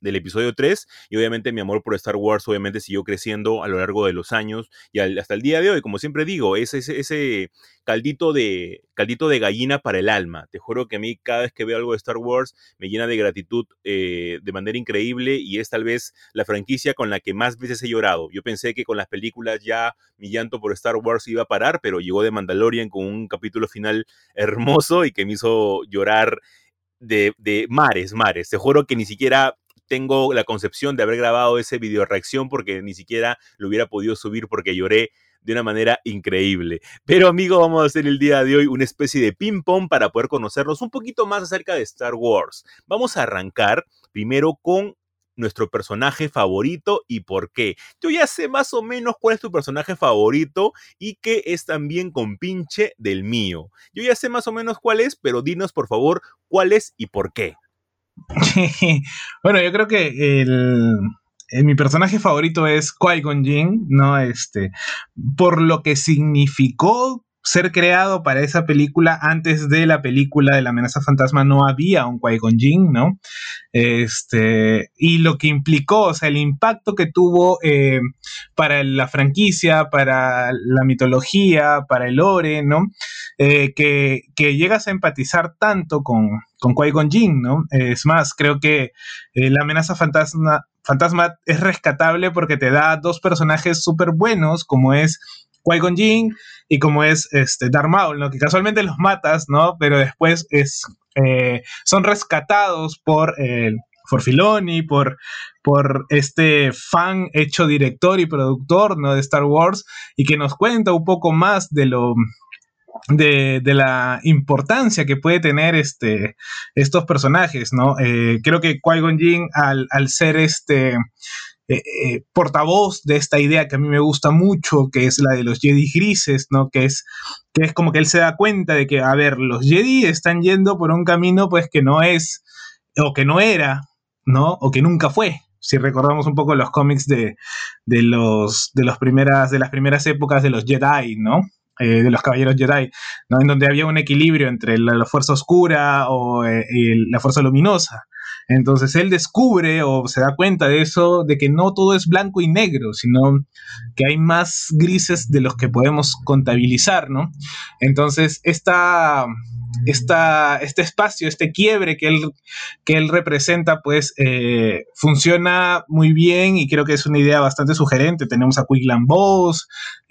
del episodio tres, y obviamente mi amor por Star Wars obviamente siguió creciendo a lo largo de los años y al, hasta el día de hoy. Como siempre digo, es ese, ese caldito, de, caldito de gallina para el alma. Te juro que a mí cada vez que veo algo de Star Wars me llena de gratitud eh, de manera increíble, y es tal vez la franquicia con la que más veces he llorado. Yo pensé que con las películas ya mi llanto por Star Wars iba a parar, pero llegó The Mandalorian con un capítulo final hermoso y que me hizo llorar de, de mares, mares. Te juro que ni siquiera tengo la concepción de haber grabado ese video reacción, porque ni siquiera lo hubiera podido subir porque lloré de una manera increíble. Pero, amigo, vamos a hacer el día de hoy una especie de ping-pong para poder conocernos un poquito más acerca de Star Wars. Vamos a arrancar primero con nuestro personaje favorito y por qué. Yo ya sé más o menos cuál es tu personaje favorito y que es también compinche del mío. Yo ya sé más o menos cuál es, pero dinos por favor cuál es y por qué. Bueno, yo creo que el, el- mi personaje favorito es Qui-Gon Jinn, ¿no? Este, por lo que significó ser creado para esa película. Antes de la película de la amenaza fantasma no había un Qui-Gon Jinn, ¿no? Este, y lo que implicó, o sea, el impacto que tuvo eh, para la franquicia, para la mitología, para el lore, ¿no? Eh, que, que llegas a empatizar tanto con, con Qui-Gon Jinn, ¿no? Es más, creo que eh, la amenaza fantasma, fantasma es rescatable porque te da dos personajes súper buenos, como es Qui-Gon Jinn y como es este, Darth Maul, ¿no? Que casualmente los matas, ¿no? Pero después es, eh, son rescatados por, eh, por Filoni, por, por este fan hecho director y productor, ¿no? De Star Wars, y que nos cuenta un poco más de lo de, de la importancia que puede tener este, estos personajes, ¿no? Eh, creo que Qui-Gon Jinn, al, al ser este eh, eh, portavoz de esta idea que a mí me gusta mucho, que es la de los Jedi grises, ¿no? Que es, que es como que él se da cuenta de que, a ver, los Jedi están yendo por un camino, pues, que no es, o que no era, ¿no? O que nunca fue. Si recordamos un poco los cómics de, de, los, de, los primeras, de las primeras épocas de los Jedi, ¿no? Eh, de los caballeros Jedi, ¿no? En donde había un equilibrio entre la, la fuerza oscura o eh, la fuerza luminosa. Entonces él descubre o se da cuenta de eso, de que no todo es blanco y negro, sino que hay más grises de los que podemos contabilizar, ¿no? Entonces esta, esta, este espacio, este quiebre que él, que él representa, pues eh, funciona muy bien, y creo que es una idea bastante sugerente. Tenemos a Quinlan Vos,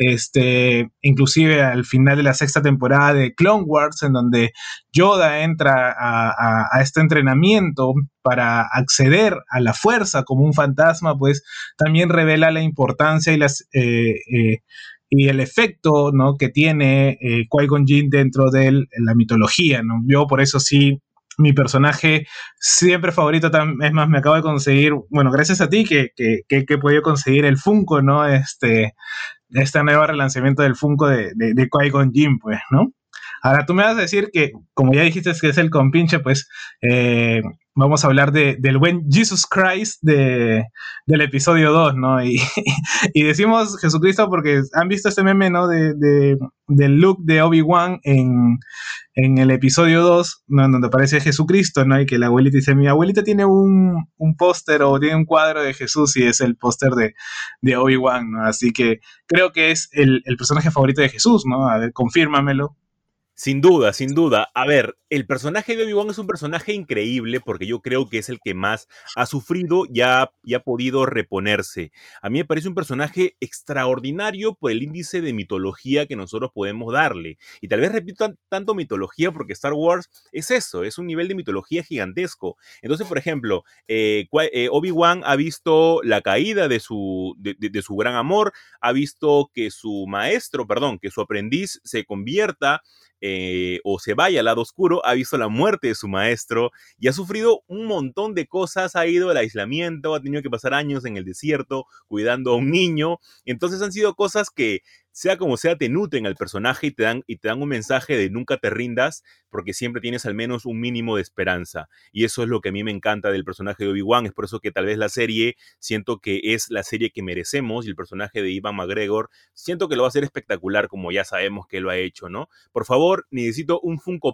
este, inclusive al final de la sexta temporada de Clone Wars, en donde Yoda entra a, a, a este entrenamiento para acceder a la fuerza como un fantasma, pues también revela la importancia y, las, eh, eh, y el efecto, ¿no? que tiene eh, Qui-Gon Jinn dentro de la mitología, ¿no? Yo por eso sí, mi personaje siempre favorito, es más, me acabo de conseguir, bueno, gracias a ti que, que, que, que he podido conseguir el Funko, ¿no? Este, este nuevo relanzamiento del Funko de, de, de Qui-Gon Jinn, pues, ¿no? Ahora tú me vas a decir que, como ya dijiste que es el compinche, pues eh, vamos a hablar de, del buen Jesus Christ de, del episodio dos, ¿no? Y, y decimos Jesucristo porque han visto este meme, ¿no? De, de, del look de Obi-Wan en, en el episodio dos, ¿no? Donde aparece Jesucristo, ¿no? Y que la abuelita dice, mi abuelita tiene un, un póster o tiene un cuadro de Jesús, y es el póster de, de Obi-Wan, ¿no? Así que creo que es el, el personaje favorito de Jesús, ¿no? A ver, confírmamelo. Sin duda, sin duda. A ver, el personaje de Obi-Wan es un personaje increíble porque yo creo que es el que más ha sufrido y ha, y ha podido reponerse. A mí me parece un personaje extraordinario por el índice de mitología que nosotros podemos darle. Y tal vez repito tanto mitología porque Star Wars es eso, es un nivel de mitología gigantesco. Entonces, por ejemplo, eh, eh, Obi-Wan ha visto la caída de su, de, de, de su gran amor, ha visto que su maestro, perdón, que su aprendiz se convierta Eh, o se vaya al lado oscuro, ha visto la muerte de su maestro y ha sufrido un montón de cosas, ha ido al aislamiento, ha tenido que pasar años en el desierto cuidando a un niño. Entonces han sido cosas que, sea como sea, te nutren al personaje y te dan, y te dan un mensaje de nunca te rindas, porque siempre tienes al menos un mínimo de esperanza. Y eso es lo que a mí me encanta del personaje de Obi-Wan. Es por eso que tal vez la serie, siento que es la serie que merecemos, y el personaje de Ewan McGregor, siento que lo va a hacer espectacular, como ya sabemos que lo ha hecho, ¿no? Por favor, necesito un Funko Pop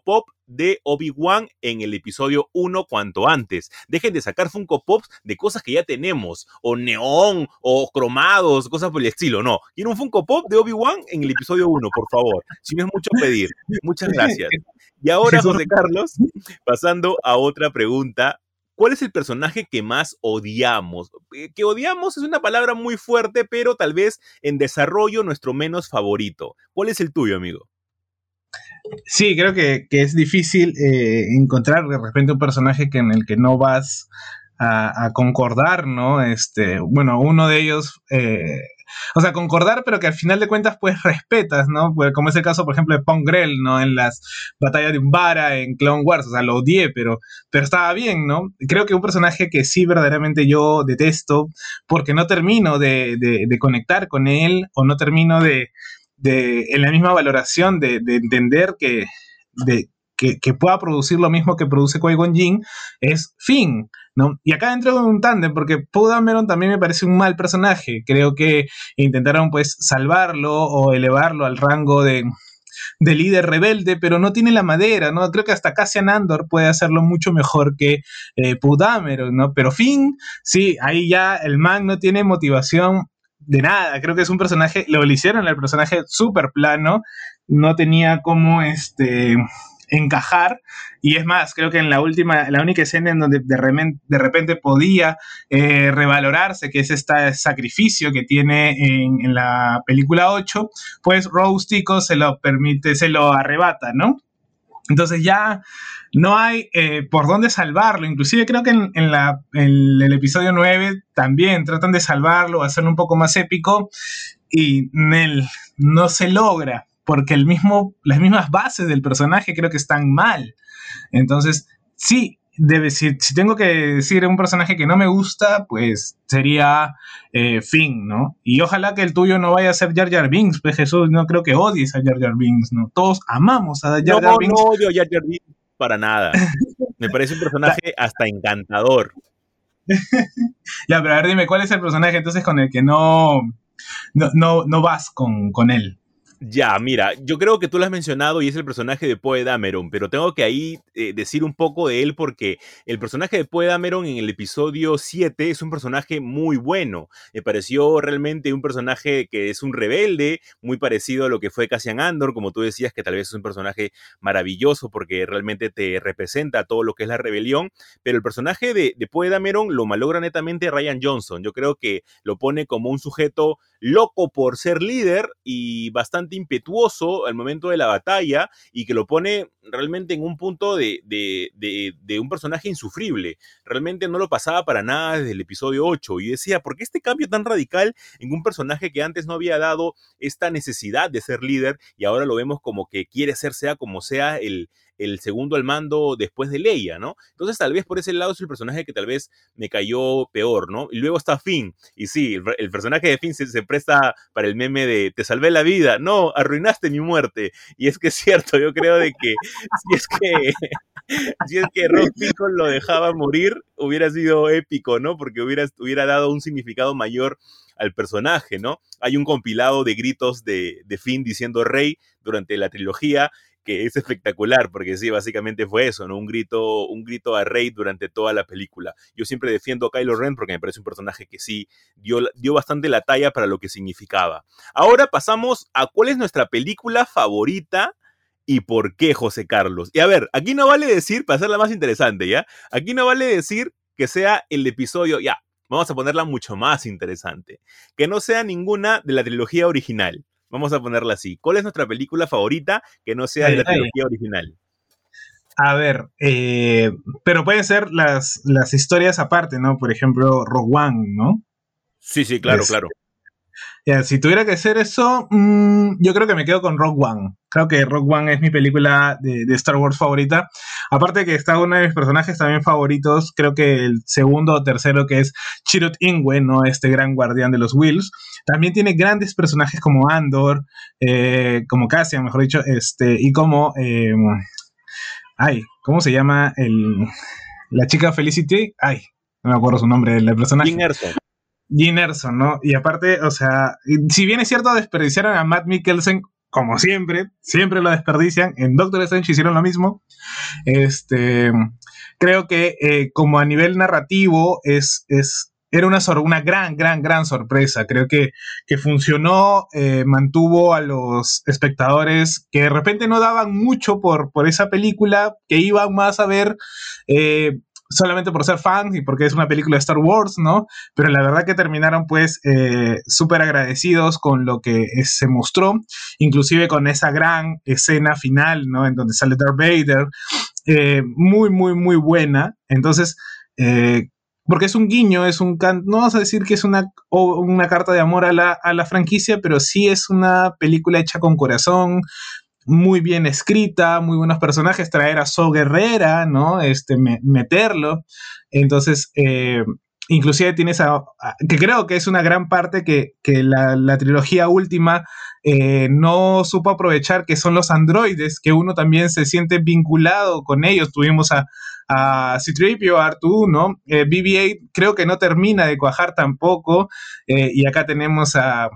de Obi-Wan en el episodio uno cuanto antes. Dejen de sacar Funko Pops de cosas que ya tenemos, o neón, o cromados, cosas por el estilo. No, quiero un Funko Pop de Obi-Wan en el episodio uno, por favor. Si no es mucho pedir. Muchas gracias. Y ahora, José Carlos, pasando a otra pregunta. ¿Cuál es el personaje que más odiamos? Que odiamos es una palabra muy fuerte, pero tal vez en desarrollo nuestro menos favorito. ¿Cuál es el tuyo, amigo? Sí, creo que, que es difícil eh, encontrar de repente un personaje que en el que no vas a, a concordar, ¿no? Este, bueno, uno de ellos... Eh, O sea, concordar, pero que al final de cuentas, pues, respetas, ¿no? Pues, como es el caso, por ejemplo, de Pong Grell, ¿no? En las batallas de Umbara, en Clone Wars, o sea, lo odié, pero, pero estaba bien, ¿no? Creo que un personaje que sí verdaderamente yo detesto, porque no termino de, de, de conectar con él, o no termino de, de en la misma valoración de, de entender que, de, que, que pueda producir lo mismo que produce Qui-Gon Jinn, es Finn, ¿no? Y acá entro en un tándem, porque Poe Dameron también me parece un mal personaje. Creo que intentaron, pues, salvarlo o elevarlo al rango de, de líder rebelde, pero no tiene la madera, ¿no? Creo que hasta Cassian Andor puede hacerlo mucho mejor que eh, Poe Dameron, ¿no? Pero Finn, sí, ahí ya el man no tiene motivación de nada. Creo que es un personaje, lo hicieron el personaje súper plano, no tenía como este... encajar, y es más, creo que en la última, la única escena en donde de, remen, de repente podía eh, revalorarse, que es este sacrificio que tiene en, en la película ocho, pues Rose Tico se lo permite, se lo arrebata, ¿no? Entonces ya no hay eh, por dónde salvarlo. Inclusive creo que en, en, la, en el episodio nueve también tratan de salvarlo, hacerlo un poco más épico, y Nel, no se logra, porque el mismo, las mismas bases del personaje creo que están mal. Entonces, sí, debe, si, si tengo que decir un personaje que no me gusta, pues sería eh, Finn, ¿no? Y ojalá que el tuyo no vaya a ser Jar Jar Binks, pues Jesús, no creo que odies a Jar Jar Binks, ¿no? Todos amamos a Jar Jar no, Binks. No, no odio a Jar Jar Binks para nada. Me parece un personaje hasta encantador. Ya, pero a ver, dime, ¿cuál es el personaje entonces con el que no, no, no, no vas con, con él? Ya, mira, yo creo que tú lo has mencionado y es el personaje de Poe Dameron, pero tengo que ahí eh, decir un poco de él porque el personaje de Poe Dameron en el episodio siete es un personaje muy bueno. Me pareció realmente un personaje que es un rebelde, muy parecido a lo que fue Cassian Andor, como tú decías, que tal vez es un personaje maravilloso porque realmente te representa todo lo que es la rebelión, pero el personaje de, de Poe Dameron lo malogra netamente Rian Johnson. Yo creo que lo pone como un sujeto loco por ser líder y bastante impetuoso al momento de la batalla y que lo pone realmente en un punto de, de, de, de un personaje insufrible. Realmente no lo pasaba para nada desde el episodio ocho y decía, ¿por qué este cambio tan radical en un personaje que antes no había dado esta necesidad de ser líder y ahora lo vemos como que quiere ser sea como sea el el segundo al mando después de Leia, ¿no? Entonces tal vez por ese lado es el personaje que tal vez me cayó peor, ¿no? Y luego está Finn, y sí, el, el personaje de Finn se, se presta para el meme de te salvé la vida, no, arruinaste mi muerte, y es que es cierto, yo creo de que si es que si es que Rock Pickle lo dejaba morir, hubiera sido épico, ¿no? Porque hubiera, hubiera dado un significado mayor al personaje, ¿no? Hay un compilado de gritos de, de Finn diciendo Rey durante la trilogía, que es espectacular, porque sí, básicamente fue eso, ¿no? Un grito, un grito a Rey durante toda la película. Yo siempre defiendo a Kylo Ren porque me parece un personaje que sí dio, dio bastante la talla para lo que significaba. Ahora pasamos a cuál es nuestra película favorita y por qué, José Carlos. Y a ver, aquí no vale decir, para hacerla más interesante, ¿ya? Aquí no vale decir que sea el episodio, ya, vamos a ponerla mucho más interesante. Que no sea ninguna de la trilogía original. Vamos a ponerla así. ¿Cuál es nuestra película favorita que no sea de la trilogía original? A ver, eh, pero pueden ser las, las historias aparte, ¿no? Por ejemplo, Rogue One, ¿no? Sí, sí, claro, es, claro. Ya, si tuviera que hacer eso, mmm, yo creo que me quedo con Rogue One. Creo que Rogue One es mi película de, de Star Wars favorita. Aparte que está uno de mis personajes también favoritos, creo que el segundo o tercero, que es Chirrut Îmwe, ¿no? Este gran guardián de los Whills. También tiene grandes personajes como Andor, eh, como Cassian, mejor dicho, este, y como... Eh, ay, ¿cómo se llama el, la chica Felicity? Ay, no me acuerdo su nombre del personaje. Jyn Erso. Jyn Erso, ¿no? Y aparte, o sea, si bien es cierto, desperdiciaron a Matt Mikkelsen como siempre, siempre lo desperdician. En Doctor Strange hicieron lo mismo. Este, creo que eh, como a nivel narrativo es, es, era una, sor- una gran, gran, gran sorpresa. Creo que, que funcionó, eh, mantuvo a los espectadores que de repente no daban mucho por, por esa película, que iban más a ver... Eh, solamente por ser fans y porque es una película de Star Wars, ¿no? Pero la verdad que terminaron pues eh, súper agradecidos con lo que eh, se mostró, inclusive con esa gran escena final, ¿no? En donde sale Darth Vader, eh, muy, muy, muy buena. Entonces, eh, porque es un guiño, es un can- no vamos a decir que es una, o una carta de amor a la, a la franquicia, pero sí es una película hecha con corazón, muy bien escrita, muy buenos personajes, traer a So Guerrera, ¿no? Este, me, meterlo. Entonces, eh, inclusive tienes a, a, que creo que es una gran parte que, que la, la trilogía última eh, no supo aprovechar, que son los androides, que uno también se siente vinculado con ellos. Tuvimos a, a C tres P O, a R dos, ¿no? Eh, B B ocho creo que no termina de cuajar tampoco, eh, y acá tenemos a...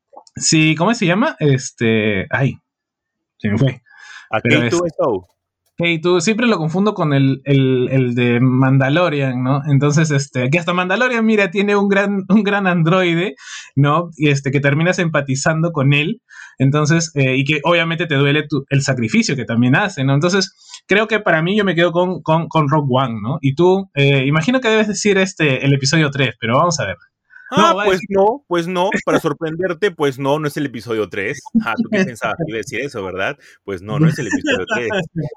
Sí, ¿cómo se llama? Este... Ay, se me fue. A Pero K dos S O. Hey, tú siempre lo confundo con el, el, el de Mandalorian, ¿no? Entonces, este, que hasta Mandalorian, mira, tiene un gran, un gran androide, ¿no? Y este, que terminas empatizando con él. Entonces, eh, y que obviamente te duele tu, el sacrificio que también hace, ¿no? Entonces, creo que para mí yo me quedo con, con, con Rogue One, ¿no? Y tú, eh, imagino que debes decir este, el episodio tres, pero vamos a ver. Ah, No, va a pues decir- no, pues no, para sorprenderte, pues no, no es el episodio tres. Ah, ¿tú qué pensabas que iba a decir eso, verdad? Pues no, no es el episodio tres.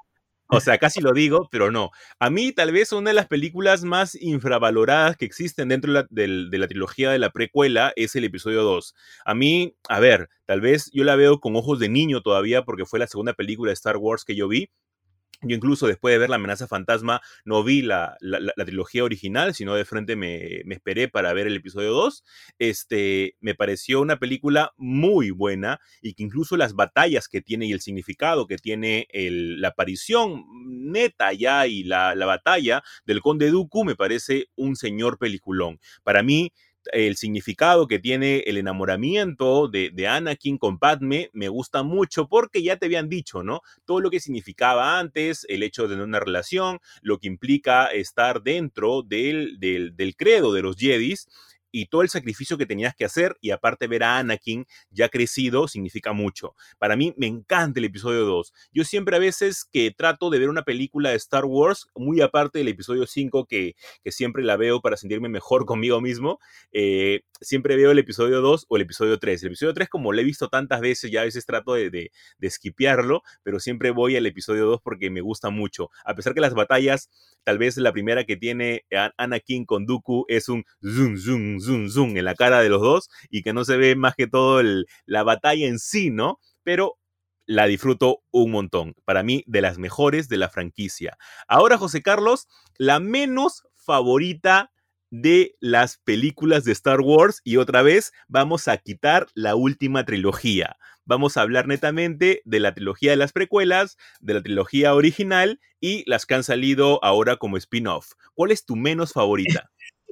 O sea, casi lo digo, pero no. A mí, tal vez, una de las películas más infravaloradas que existen dentro de la, de, de la trilogía de la precuela es el episodio dos. A mí, a ver, tal vez yo la veo con ojos de niño todavía porque fue la segunda película de Star Wars que yo vi. Yo incluso después de ver La amenaza fantasma no vi la, la, la trilogía original, sino de frente me, me esperé para ver el episodio dos. Este, me pareció una película muy buena y que incluso las batallas que tiene y el significado que tiene el, la aparición neta ya y la, la batalla del Conde Dooku me parece un señor peliculón. Para mí, el significado que tiene el enamoramiento de, de Anakin con Padme me gusta mucho porque ya te habían dicho, ¿no? Todo lo que significaba antes, el hecho de tener una relación, lo que implica estar dentro del, del, del credo de los Jedis y todo el sacrificio que tenías que hacer, y aparte ver a Anakin ya crecido significa mucho. Para mí me encanta el episodio dos. Yo siempre a veces que trato de ver una película de Star Wars, muy aparte del episodio cinco que, que siempre la veo para sentirme mejor conmigo mismo, eh, siempre veo el episodio dos o el episodio tres. El episodio tres, como lo he visto tantas veces, ya a veces trato de, de, de skipearlo, pero siempre voy al episodio dos porque me gusta mucho. A pesar que las batallas, tal vez la primera que tiene Anakin con Dooku es un zoom, zoom, zoom, zoom en la cara de los dos y que no se ve más que todo el, la batalla en sí, ¿no? Pero la disfruto un montón. Para mí, de las mejores de la franquicia. Ahora, José Carlos, la menos favorita de las películas de Star Wars, y otra vez vamos a quitar la última trilogía. Vamos a hablar netamente de la trilogía de las precuelas, de la trilogía original y las que han salido ahora como spin-off. ¿Cuál es tu menos favorita?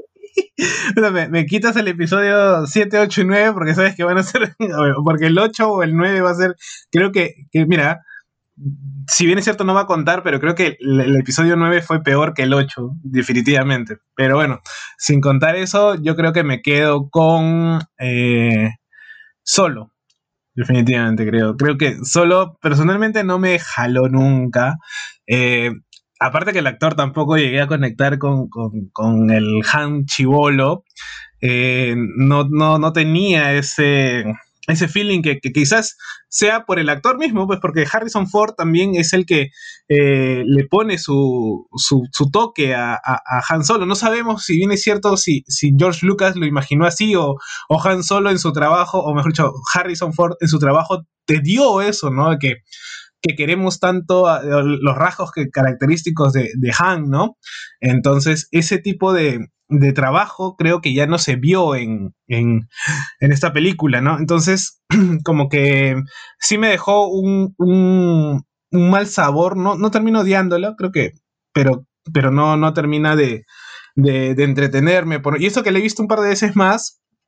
Me, me quitas el episodio siete, ocho y nueve porque sabes que van a ser, porque el ocho o el nueve va a ser, creo que, que mira, si bien es cierto no va a contar, pero creo que el, el episodio nueve fue peor que el ocho, definitivamente. Pero bueno, sin contar eso, yo creo que me quedo con eh, Solo, definitivamente creo. Creo que Solo personalmente no me jaló nunca. Eh, aparte que el actor tampoco llegué a conectar con, con, con el Han chibolo. Eh, no, no, no tenía ese, ese feeling que, que quizás sea por el actor mismo, pues porque Harrison Ford también es el que eh, le pone su, su, su toque a, a, a Han Solo. No sabemos si bien es cierto si, si George Lucas lo imaginó así o, o Han Solo en su trabajo, o mejor dicho, Harrison Ford en su trabajo te dio eso, ¿no? Que que queremos tanto a, a los rasgos que, característicos de, de Han, ¿no? Entonces, ese tipo de, de trabajo creo que ya no se vio en, en, en esta película, ¿no? Entonces, como que sí me dejó un, un, un mal sabor, no, no termino odiándola, creo que, pero, pero no, no termina de, de, de entretenerme. Por, y eso que le he visto un par de veces más,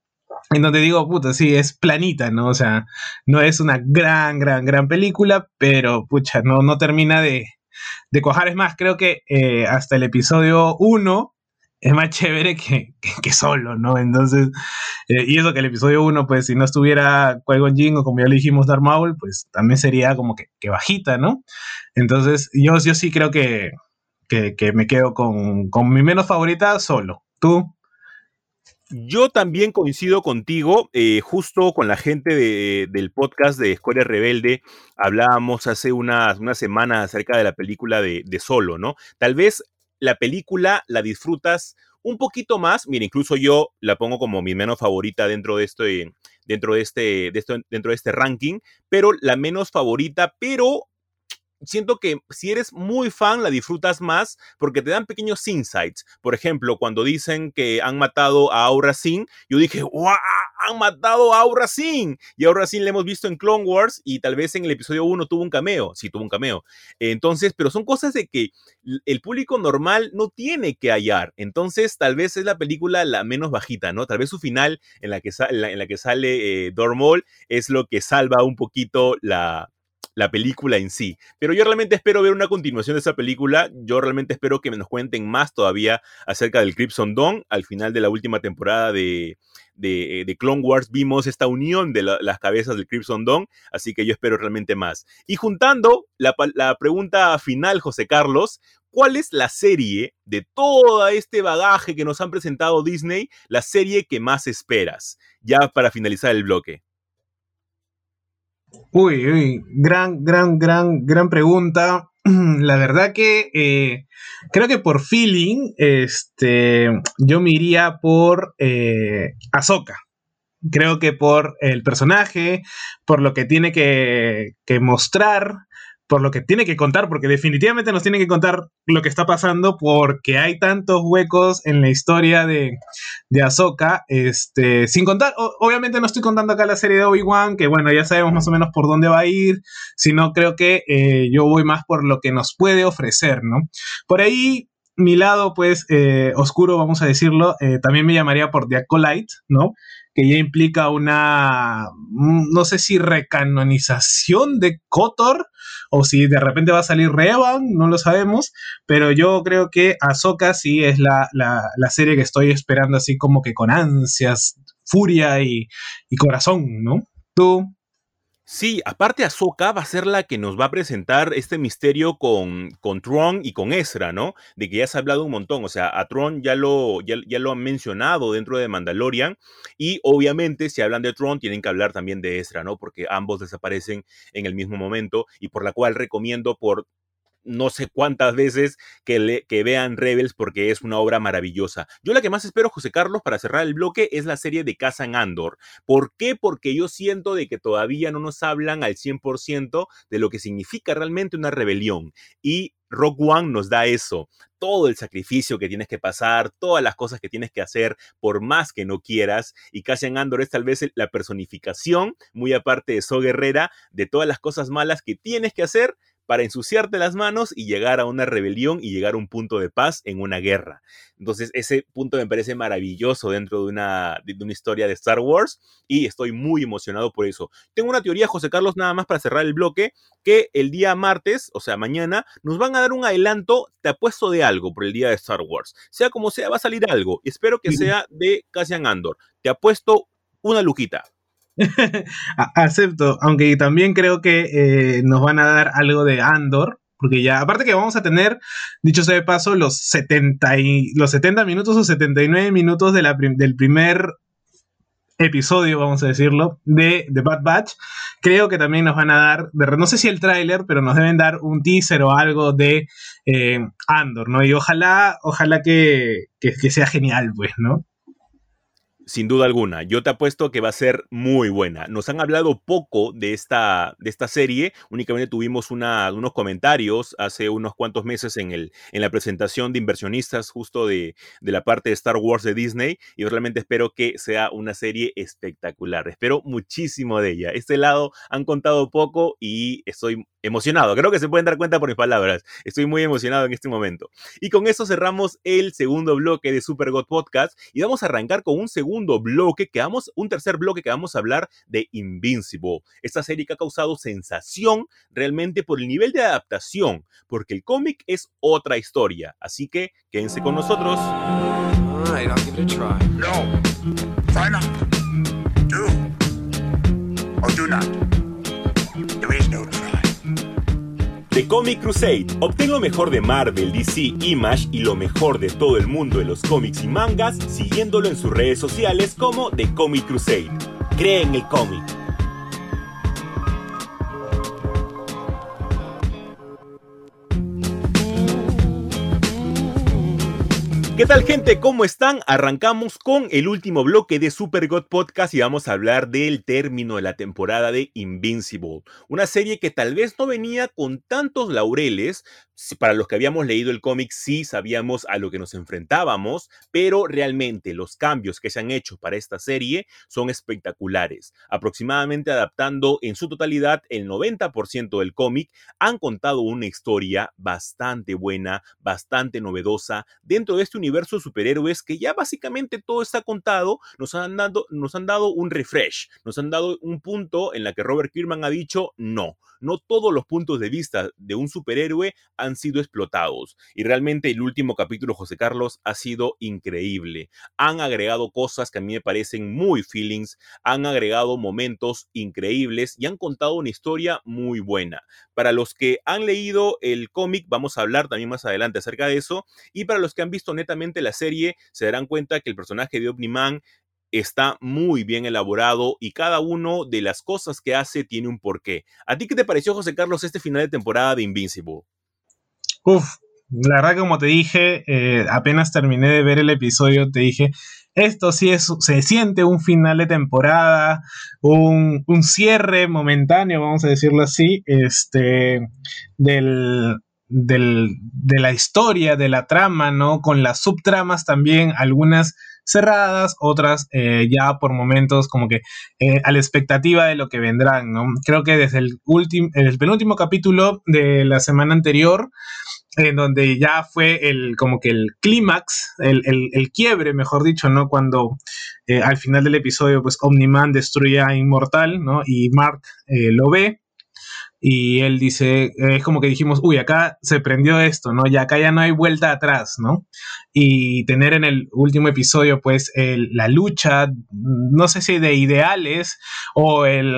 en donde digo, puta, sí, es planita, ¿no? O sea, no es una gran, gran, gran película, pero, pucha, no, no termina de, de cuajar. Es más, creo que eh, hasta el episodio uno es más chévere que, que, que solo, ¿no? Entonces, eh, y eso que el episodio uno, pues, si no estuviera Qui-Gon Jinn o como ya le dijimos Darth Maul, pues también sería como que, que bajita, ¿no? Entonces, yo, yo sí creo que, que, que me quedo con, con mi menos favorita solo. ¿Tú? Yo también coincido contigo, eh, justo con la gente de, del podcast de Escuela Rebelde, hablábamos hace unas, unas semanas acerca de la película de, de Solo, ¿no? Tal vez la película la disfrutas un poquito más, mira, incluso yo la pongo como mi menos favorita dentro de este, dentro de este, de esto, dentro de este ranking, pero la menos favorita, pero siento que si eres muy fan la disfrutas más porque te dan pequeños insights. Por ejemplo, cuando dicen que han matado a Aura Singh, yo dije, ¡wow! Han matado a Aura Singh. Y Aura Singh la hemos visto en Clone Wars y tal vez en el episodio uno tuvo un cameo. Sí, tuvo un cameo. Entonces, pero son cosas de que el público normal no tiene que hallar. Entonces, tal vez es la película la menos bajita, ¿no? Tal vez su final en la que, sa en la, en la que sale eh, Darth Maul es lo que salva un poquito la... la película en sí. Pero yo realmente espero ver una continuación de esa película. Yo realmente espero que nos cuenten más todavía acerca del Crimson Dawn. Al final de la última temporada de, de, de Clone Wars vimos esta unión de la, las cabezas del Crimson Dawn, así que yo espero realmente más. Y juntando la, la pregunta final, José Carlos, ¿cuál es la serie de todo este bagaje que nos han presentado Disney, la serie que más esperas? Ya para finalizar el bloque. Uy, uy, gran, gran, gran, gran pregunta. La verdad que eh, creo que por feeling, este, yo me iría por eh, Ahsoka. Creo que por el personaje, por lo que tiene que, que mostrar, por lo que tiene que contar, porque definitivamente nos tiene que contar lo que está pasando, porque hay tantos huecos en la historia de, de Ahsoka, este, sin contar, o, obviamente no estoy contando acá la serie de Obi-Wan, que bueno, ya sabemos más o menos por dónde va a ir, sino creo que eh, yo voy más por lo que nos puede ofrecer, ¿no? Por ahí, mi lado, pues, eh, oscuro, vamos a decirlo, eh, también me llamaría por The Acolyte, ¿no? Que ya implica una, no sé si recanonización de KOTOR, o si de repente va a salir Revan, no lo sabemos, pero yo creo que Ahsoka sí es la, la, la serie que estoy esperando así como que con ansias, furia y, y corazón, ¿no? ¿Tú? Sí, aparte Ahsoka va a ser la que nos va a presentar este misterio con, con Thrawn y con Ezra, ¿no? De que ya se ha hablado un montón, o sea, a Thrawn ya lo, ya, ya lo han mencionado dentro de Mandalorian y obviamente si hablan de Thrawn tienen que hablar también de Ezra, ¿no? Porque ambos desaparecen en el mismo momento y por la cual recomiendo por no sé cuántas veces que, le, que vean Rebels porque es una obra maravillosa. Yo la que más espero, José Carlos, para cerrar el bloque es la serie de Cassian Andor. ¿Por qué? Porque yo siento de que todavía no nos hablan al cien por ciento de lo que significa realmente una rebelión. Y Rogue One nos da eso. Todo el sacrificio que tienes que pasar, todas las cosas que tienes que hacer por más que no quieras. Y Cassian Andor es tal vez la personificación, muy aparte de So Guerrera, de todas las cosas malas que tienes que hacer para ensuciarte las manos y llegar a una rebelión y llegar a un punto de paz en una guerra. Entonces ese punto me parece maravilloso dentro de una, de una historia de Star Wars y estoy muy emocionado por eso. Tengo una teoría, José Carlos, nada más para cerrar el bloque, que el día martes, o sea mañana, nos van a dar un adelanto, te apuesto de algo por el día de Star Wars. Sea como sea, va a salir algo. Espero que sea de Cassian Andor. Te apuesto una luquita. Acepto, aunque también creo que eh, nos van a dar algo de Andor, porque ya, aparte que vamos a tener, dicho sea de paso, los setenta, y, los setenta minutos o setenta y nueve minutos de la prim, del primer episodio, vamos a decirlo, de The Bad Batch. Creo que también nos van a dar, de, no sé si el tráiler, pero nos deben dar un teaser o algo de eh, Andor, ¿no? Y ojalá, ojalá que, que, que sea genial, pues, ¿no? Sin duda alguna, yo te apuesto que va a ser muy buena. Nos han hablado poco de esta, de esta serie, únicamente tuvimos una, unos comentarios hace unos cuantos meses en, el, en la presentación de inversionistas justo de, de la parte de Star Wars de Disney y realmente espero que sea una serie espectacular. Espero muchísimo de ella. Este lado han contado poco y estoy Emocionado, creo que se pueden dar cuenta por mis palabras. Estoy muy emocionado en este momento. Y con eso cerramos el segundo bloque de Super God Podcast y vamos a arrancar con un segundo bloque, que vamos, un tercer bloque que vamos a hablar de Invincible. Esta serie que ha causado sensación realmente por el nivel de adaptación, porque el cómic es otra historia. Así que quédense con nosotros. All right, I'll give it a try. No. Try not. Do. Or do not. There is no try. The Comic Crusade. Obtén lo mejor de Marvel, D C, Image y lo mejor de todo el mundo de los cómics y mangas siguiéndolo en sus redes sociales como The Comic Crusade. Cree en el cómic. ¿Qué tal, gente? ¿Cómo están? Arrancamos con el último bloque de Super God Podcast y vamos a hablar del término de la temporada de Invincible. Una serie que tal vez no venía con tantos laureles. Para los que habíamos leído el cómic sí sabíamos a lo que nos enfrentábamos, pero realmente los cambios que se han hecho para esta serie son espectaculares. Aproximadamente adaptando en su totalidad el noventa por ciento del cómic, han contado una historia bastante buena, bastante novedosa dentro de este universo de superhéroes que ya básicamente todo está contado. Nos han dado, nos han dado un refresh, nos han dado un punto en la que Robert Kirkman ha dicho no, no todos los puntos de vista de un superhéroe han sido explotados. Y realmente el último capítulo, José Carlos, ha sido increíble. Han agregado cosas que a mí me parecen muy feelings, han agregado momentos increíbles y han contado una historia muy buena. Para los que han leído el cómic, vamos a hablar también más adelante acerca de eso, y para los que han visto netamente la serie, se darán cuenta que el personaje de Omni-Man está muy bien elaborado y cada uno de las cosas que hace tiene un porqué. ¿A ti qué te pareció, José Carlos, este final de temporada de Invincible? Uf, la verdad que como te dije, eh, apenas terminé de ver el episodio, te dije, esto sí es, se siente un final de temporada, un, un cierre momentáneo, vamos a decirlo así, este, del, del, de la historia, de la trama, ¿no? Con las subtramas también, algunas cerradas, otras eh, ya por momentos como que eh, a la expectativa de lo que vendrán, ¿no? Creo que desde el último, el penúltimo capítulo de la semana anterior, en donde ya fue el como que el clímax, el, el, el quiebre, mejor dicho, ¿no? Cuando eh, al final del episodio, pues Omni-Man destruye a Inmortal, ¿no? Y Mark eh, lo ve. Y él dice, eh, es como que dijimos, uy, acá se prendió esto, ¿no? Y acá ya no hay vuelta atrás, ¿no? Y tener en el último episodio, pues, el, la lucha, no sé si de ideales o el,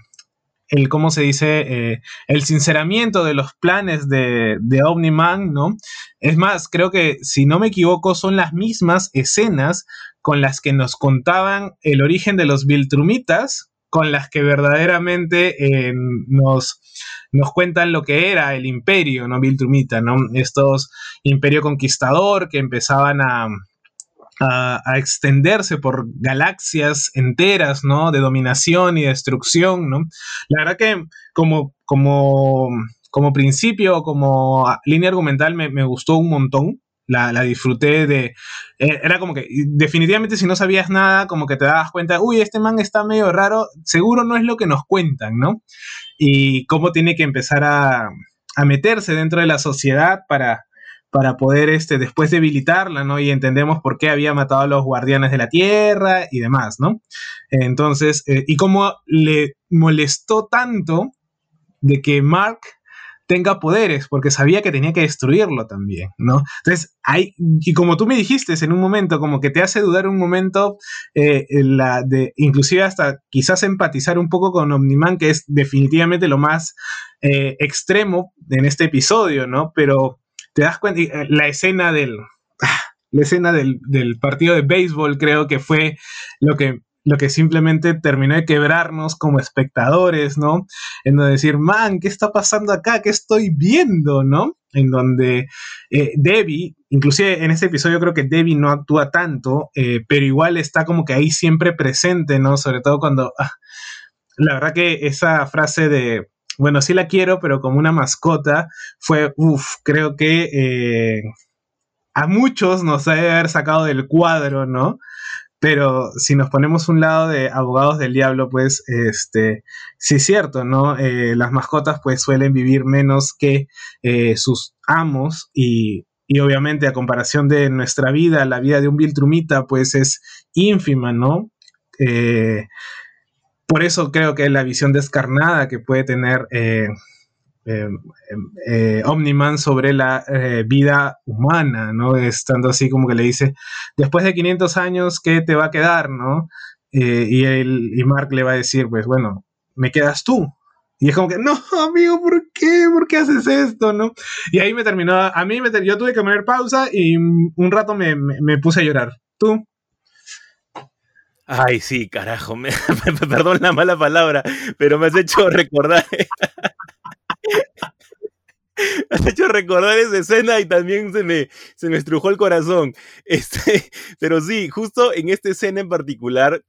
el ¿cómo se dice? Eh, el sinceramiento de los planes de, de Omni-Man, ¿no? Es más, creo que, si no me equivoco, son las mismas escenas con las que nos contaban el origen de los Viltrumitas, con las que verdaderamente eh, nos, nos cuentan lo que era el imperio, ¿no? Viltrumita, ¿no? Estos imperio conquistador que empezaban a, a, a extenderse por galaxias enteras, ¿no? De dominación y destrucción, ¿no? La verdad que como, como, como principio, como línea argumental me, me gustó un montón. La, la disfruté de... Eh, era como que, definitivamente, si no sabías nada, como que te dabas cuenta, uy, este man está medio raro, seguro no es lo que nos cuentan, ¿no? Y cómo tiene que empezar a, a meterse dentro de la sociedad para, para poder este, después debilitarla, ¿no? Y entendemos por qué había matado a los guardianes de la tierra y demás, ¿no? Entonces, eh, y cómo le molestó tanto de que Mark tenga poderes, porque sabía que tenía que destruirlo también, ¿no? Entonces, hay, y como tú me dijiste en un momento, como que te hace dudar un momento, eh, la de, inclusive hasta quizás empatizar un poco con Omni-Man, que es definitivamente lo más eh, extremo en este episodio, ¿no? Pero te das cuenta, la escena del, la escena del, del partido de béisbol creo que fue lo que lo que simplemente terminó de quebrarnos como espectadores, ¿no? En donde decir, man, ¿qué está pasando acá? ¿Qué estoy viendo? ¿No? En donde eh, Debbie, inclusive en este episodio creo que Debbie no actúa tanto, eh, pero igual está como que ahí siempre presente, ¿no? Sobre todo cuando, ah, la verdad que esa frase de, bueno, sí la quiero, pero como una mascota, fue, uff, creo que eh, a muchos nos debe haber sacado del cuadro, ¿no? Pero si nos ponemos un lado de abogados del diablo, pues este sí es cierto, ¿no? Eh, las mascotas pues suelen vivir menos que eh, sus amos y, y obviamente a comparación de nuestra vida, la vida de un Viltrumita pues es ínfima, ¿no? Eh, por eso creo que la visión descarnada que puede tener eh, eh, eh, Omni-Man sobre la eh, vida humana, ¿no? Estando así como que le dice, después de quinientos años, ¿qué te va a quedar, no? Eh, y, él, y Mark le va a decir, pues bueno, me quedas tú. Y es como que, no, amigo, ¿por qué? ¿Por qué haces esto, no? Y ahí me terminó, a mí me ter- yo tuve que poner pausa y un rato me, me, me puse a llorar. ¿Tú? Ay, sí, carajo, me, perdón la mala palabra, pero me has hecho recordar... Me has hecho recordar esa escena y también se me, se me estrujó el corazón. Este, pero sí, justo en esta escena en particular,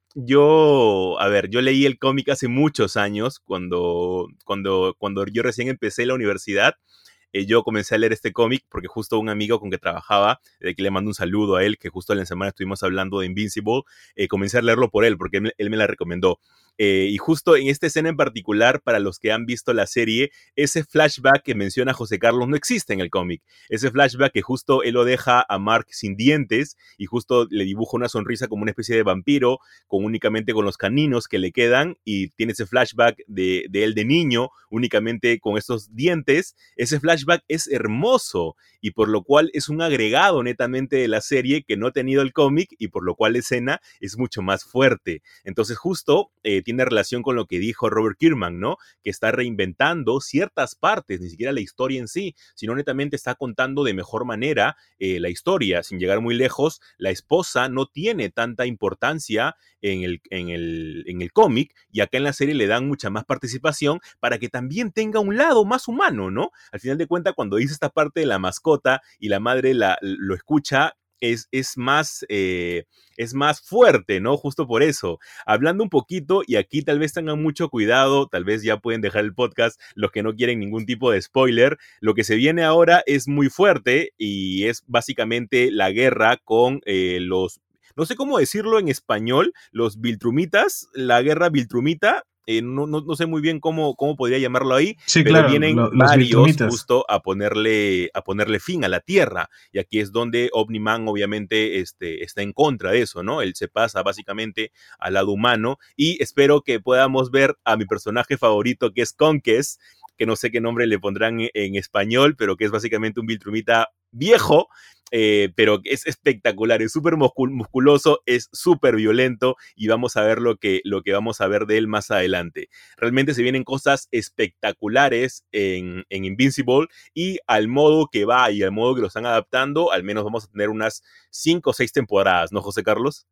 yo, a ver, yo leí el cómic hace muchos años, cuando, cuando, cuando yo recién empecé la universidad. Eh, yo comencé a leer este cómic porque justo un amigo con que trabajaba, de que le mando un saludo a él, que justo en la semana estuvimos hablando de Invincible, eh, comencé a leerlo por él, porque él, él me la recomendó. Eh, y justo en esta escena en particular, para los que han visto la serie, ese flashback que menciona José Carlos no existe en el cómic. Ese flashback que justo él lo deja a Mark sin dientes y justo le dibuja una sonrisa como una especie de vampiro, con únicamente con los caninos que le quedan, y tiene ese flashback de, de él de niño, únicamente con estos dientes. Ese flashback es hermoso y por lo cual es un agregado netamente de la serie que no ha tenido el cómic y por lo cual la escena es mucho más fuerte. Entonces justo eh, tiene relación con lo que dijo Robert Kirkman, ¿no? Que está reinventando ciertas partes, ni siquiera la historia en sí, sino netamente está contando de mejor manera eh, la historia. Sin llegar muy lejos, la esposa no tiene tanta importancia en el, en el, en el cómic y acá en la serie le dan mucha más participación para que también tenga un lado más humano, ¿no? Al final de cuentas, cuando dice esta parte de la mascota y la madre la, lo escucha, Es, es, más, eh, es más fuerte, ¿no? Justo por eso. Hablando un poquito, y aquí tal vez tengan mucho cuidado, tal vez ya pueden dejar el podcast los que no quieren ningún tipo de spoiler. Lo que se viene ahora es muy fuerte y es básicamente la guerra con eh, los, no sé cómo decirlo en español, los Viltrumitas, la guerra Viltrumita. Eh, no, no, no sé muy bien cómo, cómo podría llamarlo ahí, sí, pero claro, vienen lo, los varios justo a ponerle, a ponerle fin a la Tierra, y aquí es donde Omni-Man obviamente este, está en contra de eso, ¿no? Él se pasa básicamente al lado humano, y espero que podamos ver a mi personaje favorito, que es Conques, que no sé qué nombre le pondrán en, en español, pero que es básicamente un Viltrumita viejo, Eh, pero es espectacular, es súper muscul- musculoso, es súper violento y vamos a ver lo que, lo que vamos a ver de él más adelante. Realmente se vienen cosas espectaculares en, en Invincible y al modo que va y al modo que lo están adaptando, al menos vamos a tener unas cinco o seis temporadas, ¿no, José Carlos?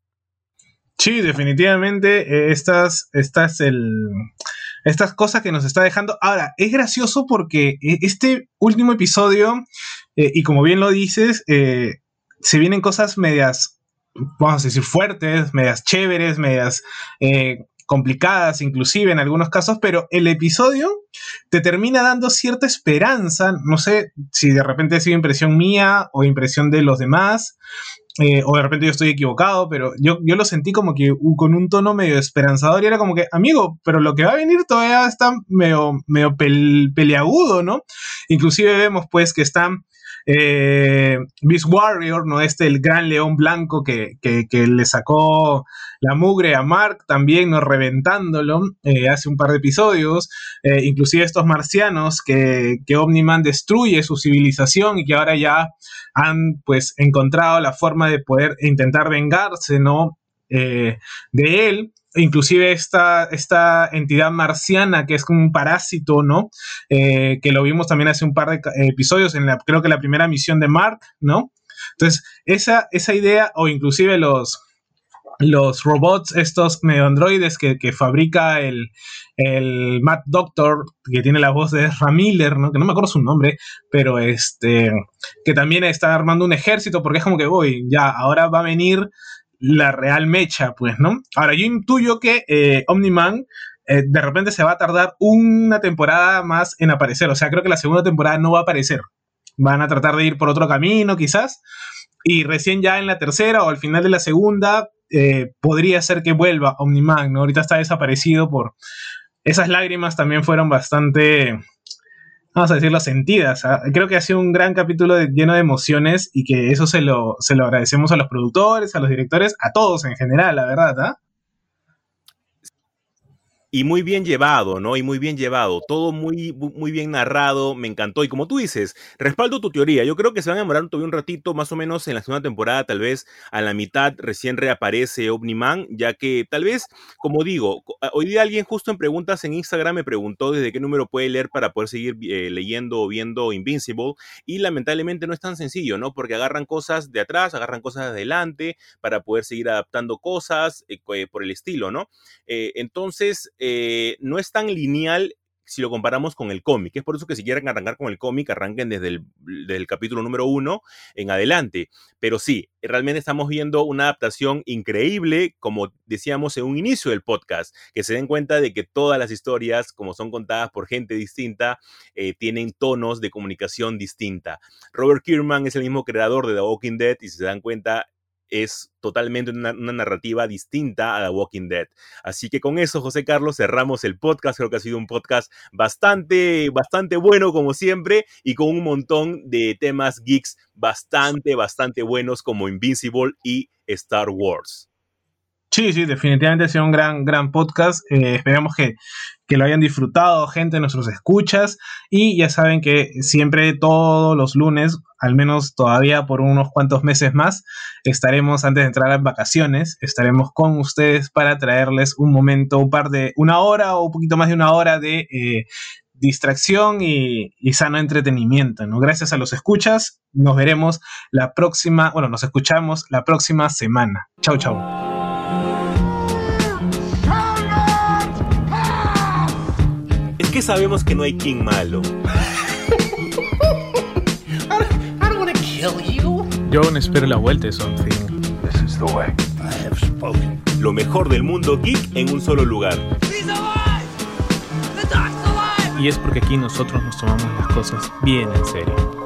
Sí, definitivamente eh, estas, estas, el, estas cosas que nos está dejando. Ahora, es gracioso porque este último episodio, eh, y como bien lo dices, eh, se vienen cosas medias, vamos a decir, fuertes, medias chéveres, medias eh, complicadas, inclusive en algunos casos, pero el episodio te termina dando cierta esperanza. No sé si de repente ha sido impresión mía o impresión de los demás. Eh, o de repente yo estoy equivocado, pero yo, yo lo sentí como que uh, con un tono medio esperanzador y era como que, amigo, pero lo que va a venir todavía está medio, medio pel, peleagudo, ¿no? Inclusive vemos pues que están eh, Beast Warrior, ¿no? Este, el gran león blanco que, que, que le sacó la mugre a Mark también, ¿no? Reventándolo eh, hace un par de episodios. Eh, inclusive estos marcianos que, que Omni-Man destruye su civilización y que ahora ya han pues encontrado la forma de poder intentar vengarse, ¿no? Eh, de él. Inclusive esta, esta entidad marciana que es como un parásito, ¿no? Eh, que lo vimos también hace un par de episodios en la, creo que la primera misión de Mark, ¿no? Entonces, esa, esa idea, o inclusive los, los robots, estos medio androides que, que fabrica el, el Mad Doctor, que tiene la voz de Ezra Miller, ¿no? Que no me acuerdo su nombre, pero este, que también está armando un ejército, porque es como que, uy, ya, ahora va a venir la real mecha, pues, ¿no? Ahora, yo intuyo que eh, Omni-Man eh, de repente se va a tardar una temporada más en aparecer, o sea, creo que la segunda temporada no va a aparecer, van a tratar de ir por otro camino, quizás, y recién ya en la tercera o al final de la segunda eh, podría ser que vuelva Omni-Man, ¿no? Ahorita está desaparecido por... Esas lágrimas también fueron bastante, vamos a decirlo, sentidas. ¿Ah? Creo que ha sido un gran capítulo de, lleno de emociones y que eso se lo, se lo agradecemos a los productores, a los directores, a todos en general, la verdad, ¿ah? ¿eh? Y muy bien llevado, ¿no? Y muy bien llevado. Todo muy, muy bien narrado. Me encantó. Y como tú dices, respaldo tu teoría. Yo creo que se van a demorar todavía un ratito, más o menos en la segunda temporada, tal vez a la mitad recién reaparece Omni-Man, ya que tal vez, como digo, hoy día alguien justo en preguntas en Instagram me preguntó desde qué número puede leer para poder seguir eh, leyendo o viendo Invincible. Y lamentablemente no es tan sencillo, ¿no? Porque agarran cosas de atrás, agarran cosas de adelante para poder seguir adaptando cosas eh, por el estilo, ¿no? Eh, entonces... Eh, no es tan lineal si lo comparamos con el cómic. Es por eso que si quieren arrancar con el cómic, arranquen desde el, desde el capítulo número uno en adelante. Pero sí, realmente estamos viendo una adaptación increíble, como decíamos en un inicio del podcast, que se den cuenta de que todas las historias, como son contadas por gente distinta, eh, tienen tonos de comunicación distinta. Robert Kirkman es el mismo creador de The Walking Dead y si se dan cuenta, es totalmente una, una narrativa distinta a The Walking Dead. Así que con eso, José Carlos, cerramos el podcast. Creo que ha sido un podcast bastante, bastante bueno, como siempre, y con un montón de temas geeks bastante, bastante buenos, como Invincible y Star Wars. Sí, sí, definitivamente ha sido un gran, gran podcast. Eh, esperamos que, que lo hayan disfrutado, gente, nuestros escuchas. Y ya saben que siempre todos los lunes, al menos todavía por unos cuantos meses más, estaremos, antes de entrar en vacaciones, estaremos con ustedes para traerles un momento, un par de, una hora o un poquito más de una hora de eh, distracción y, y sano entretenimiento, ¿no? Gracias a los escuchas, nos veremos la próxima, bueno, nos escuchamos la próxima semana. Chau, chau. Es que sabemos que no hay King malo. Yo aún espero la vuelta de Something. This is the way. I have spoken. Lo mejor del mundo geek en un solo lugar. Y es porque aquí nosotros nos tomamos las cosas bien en serio.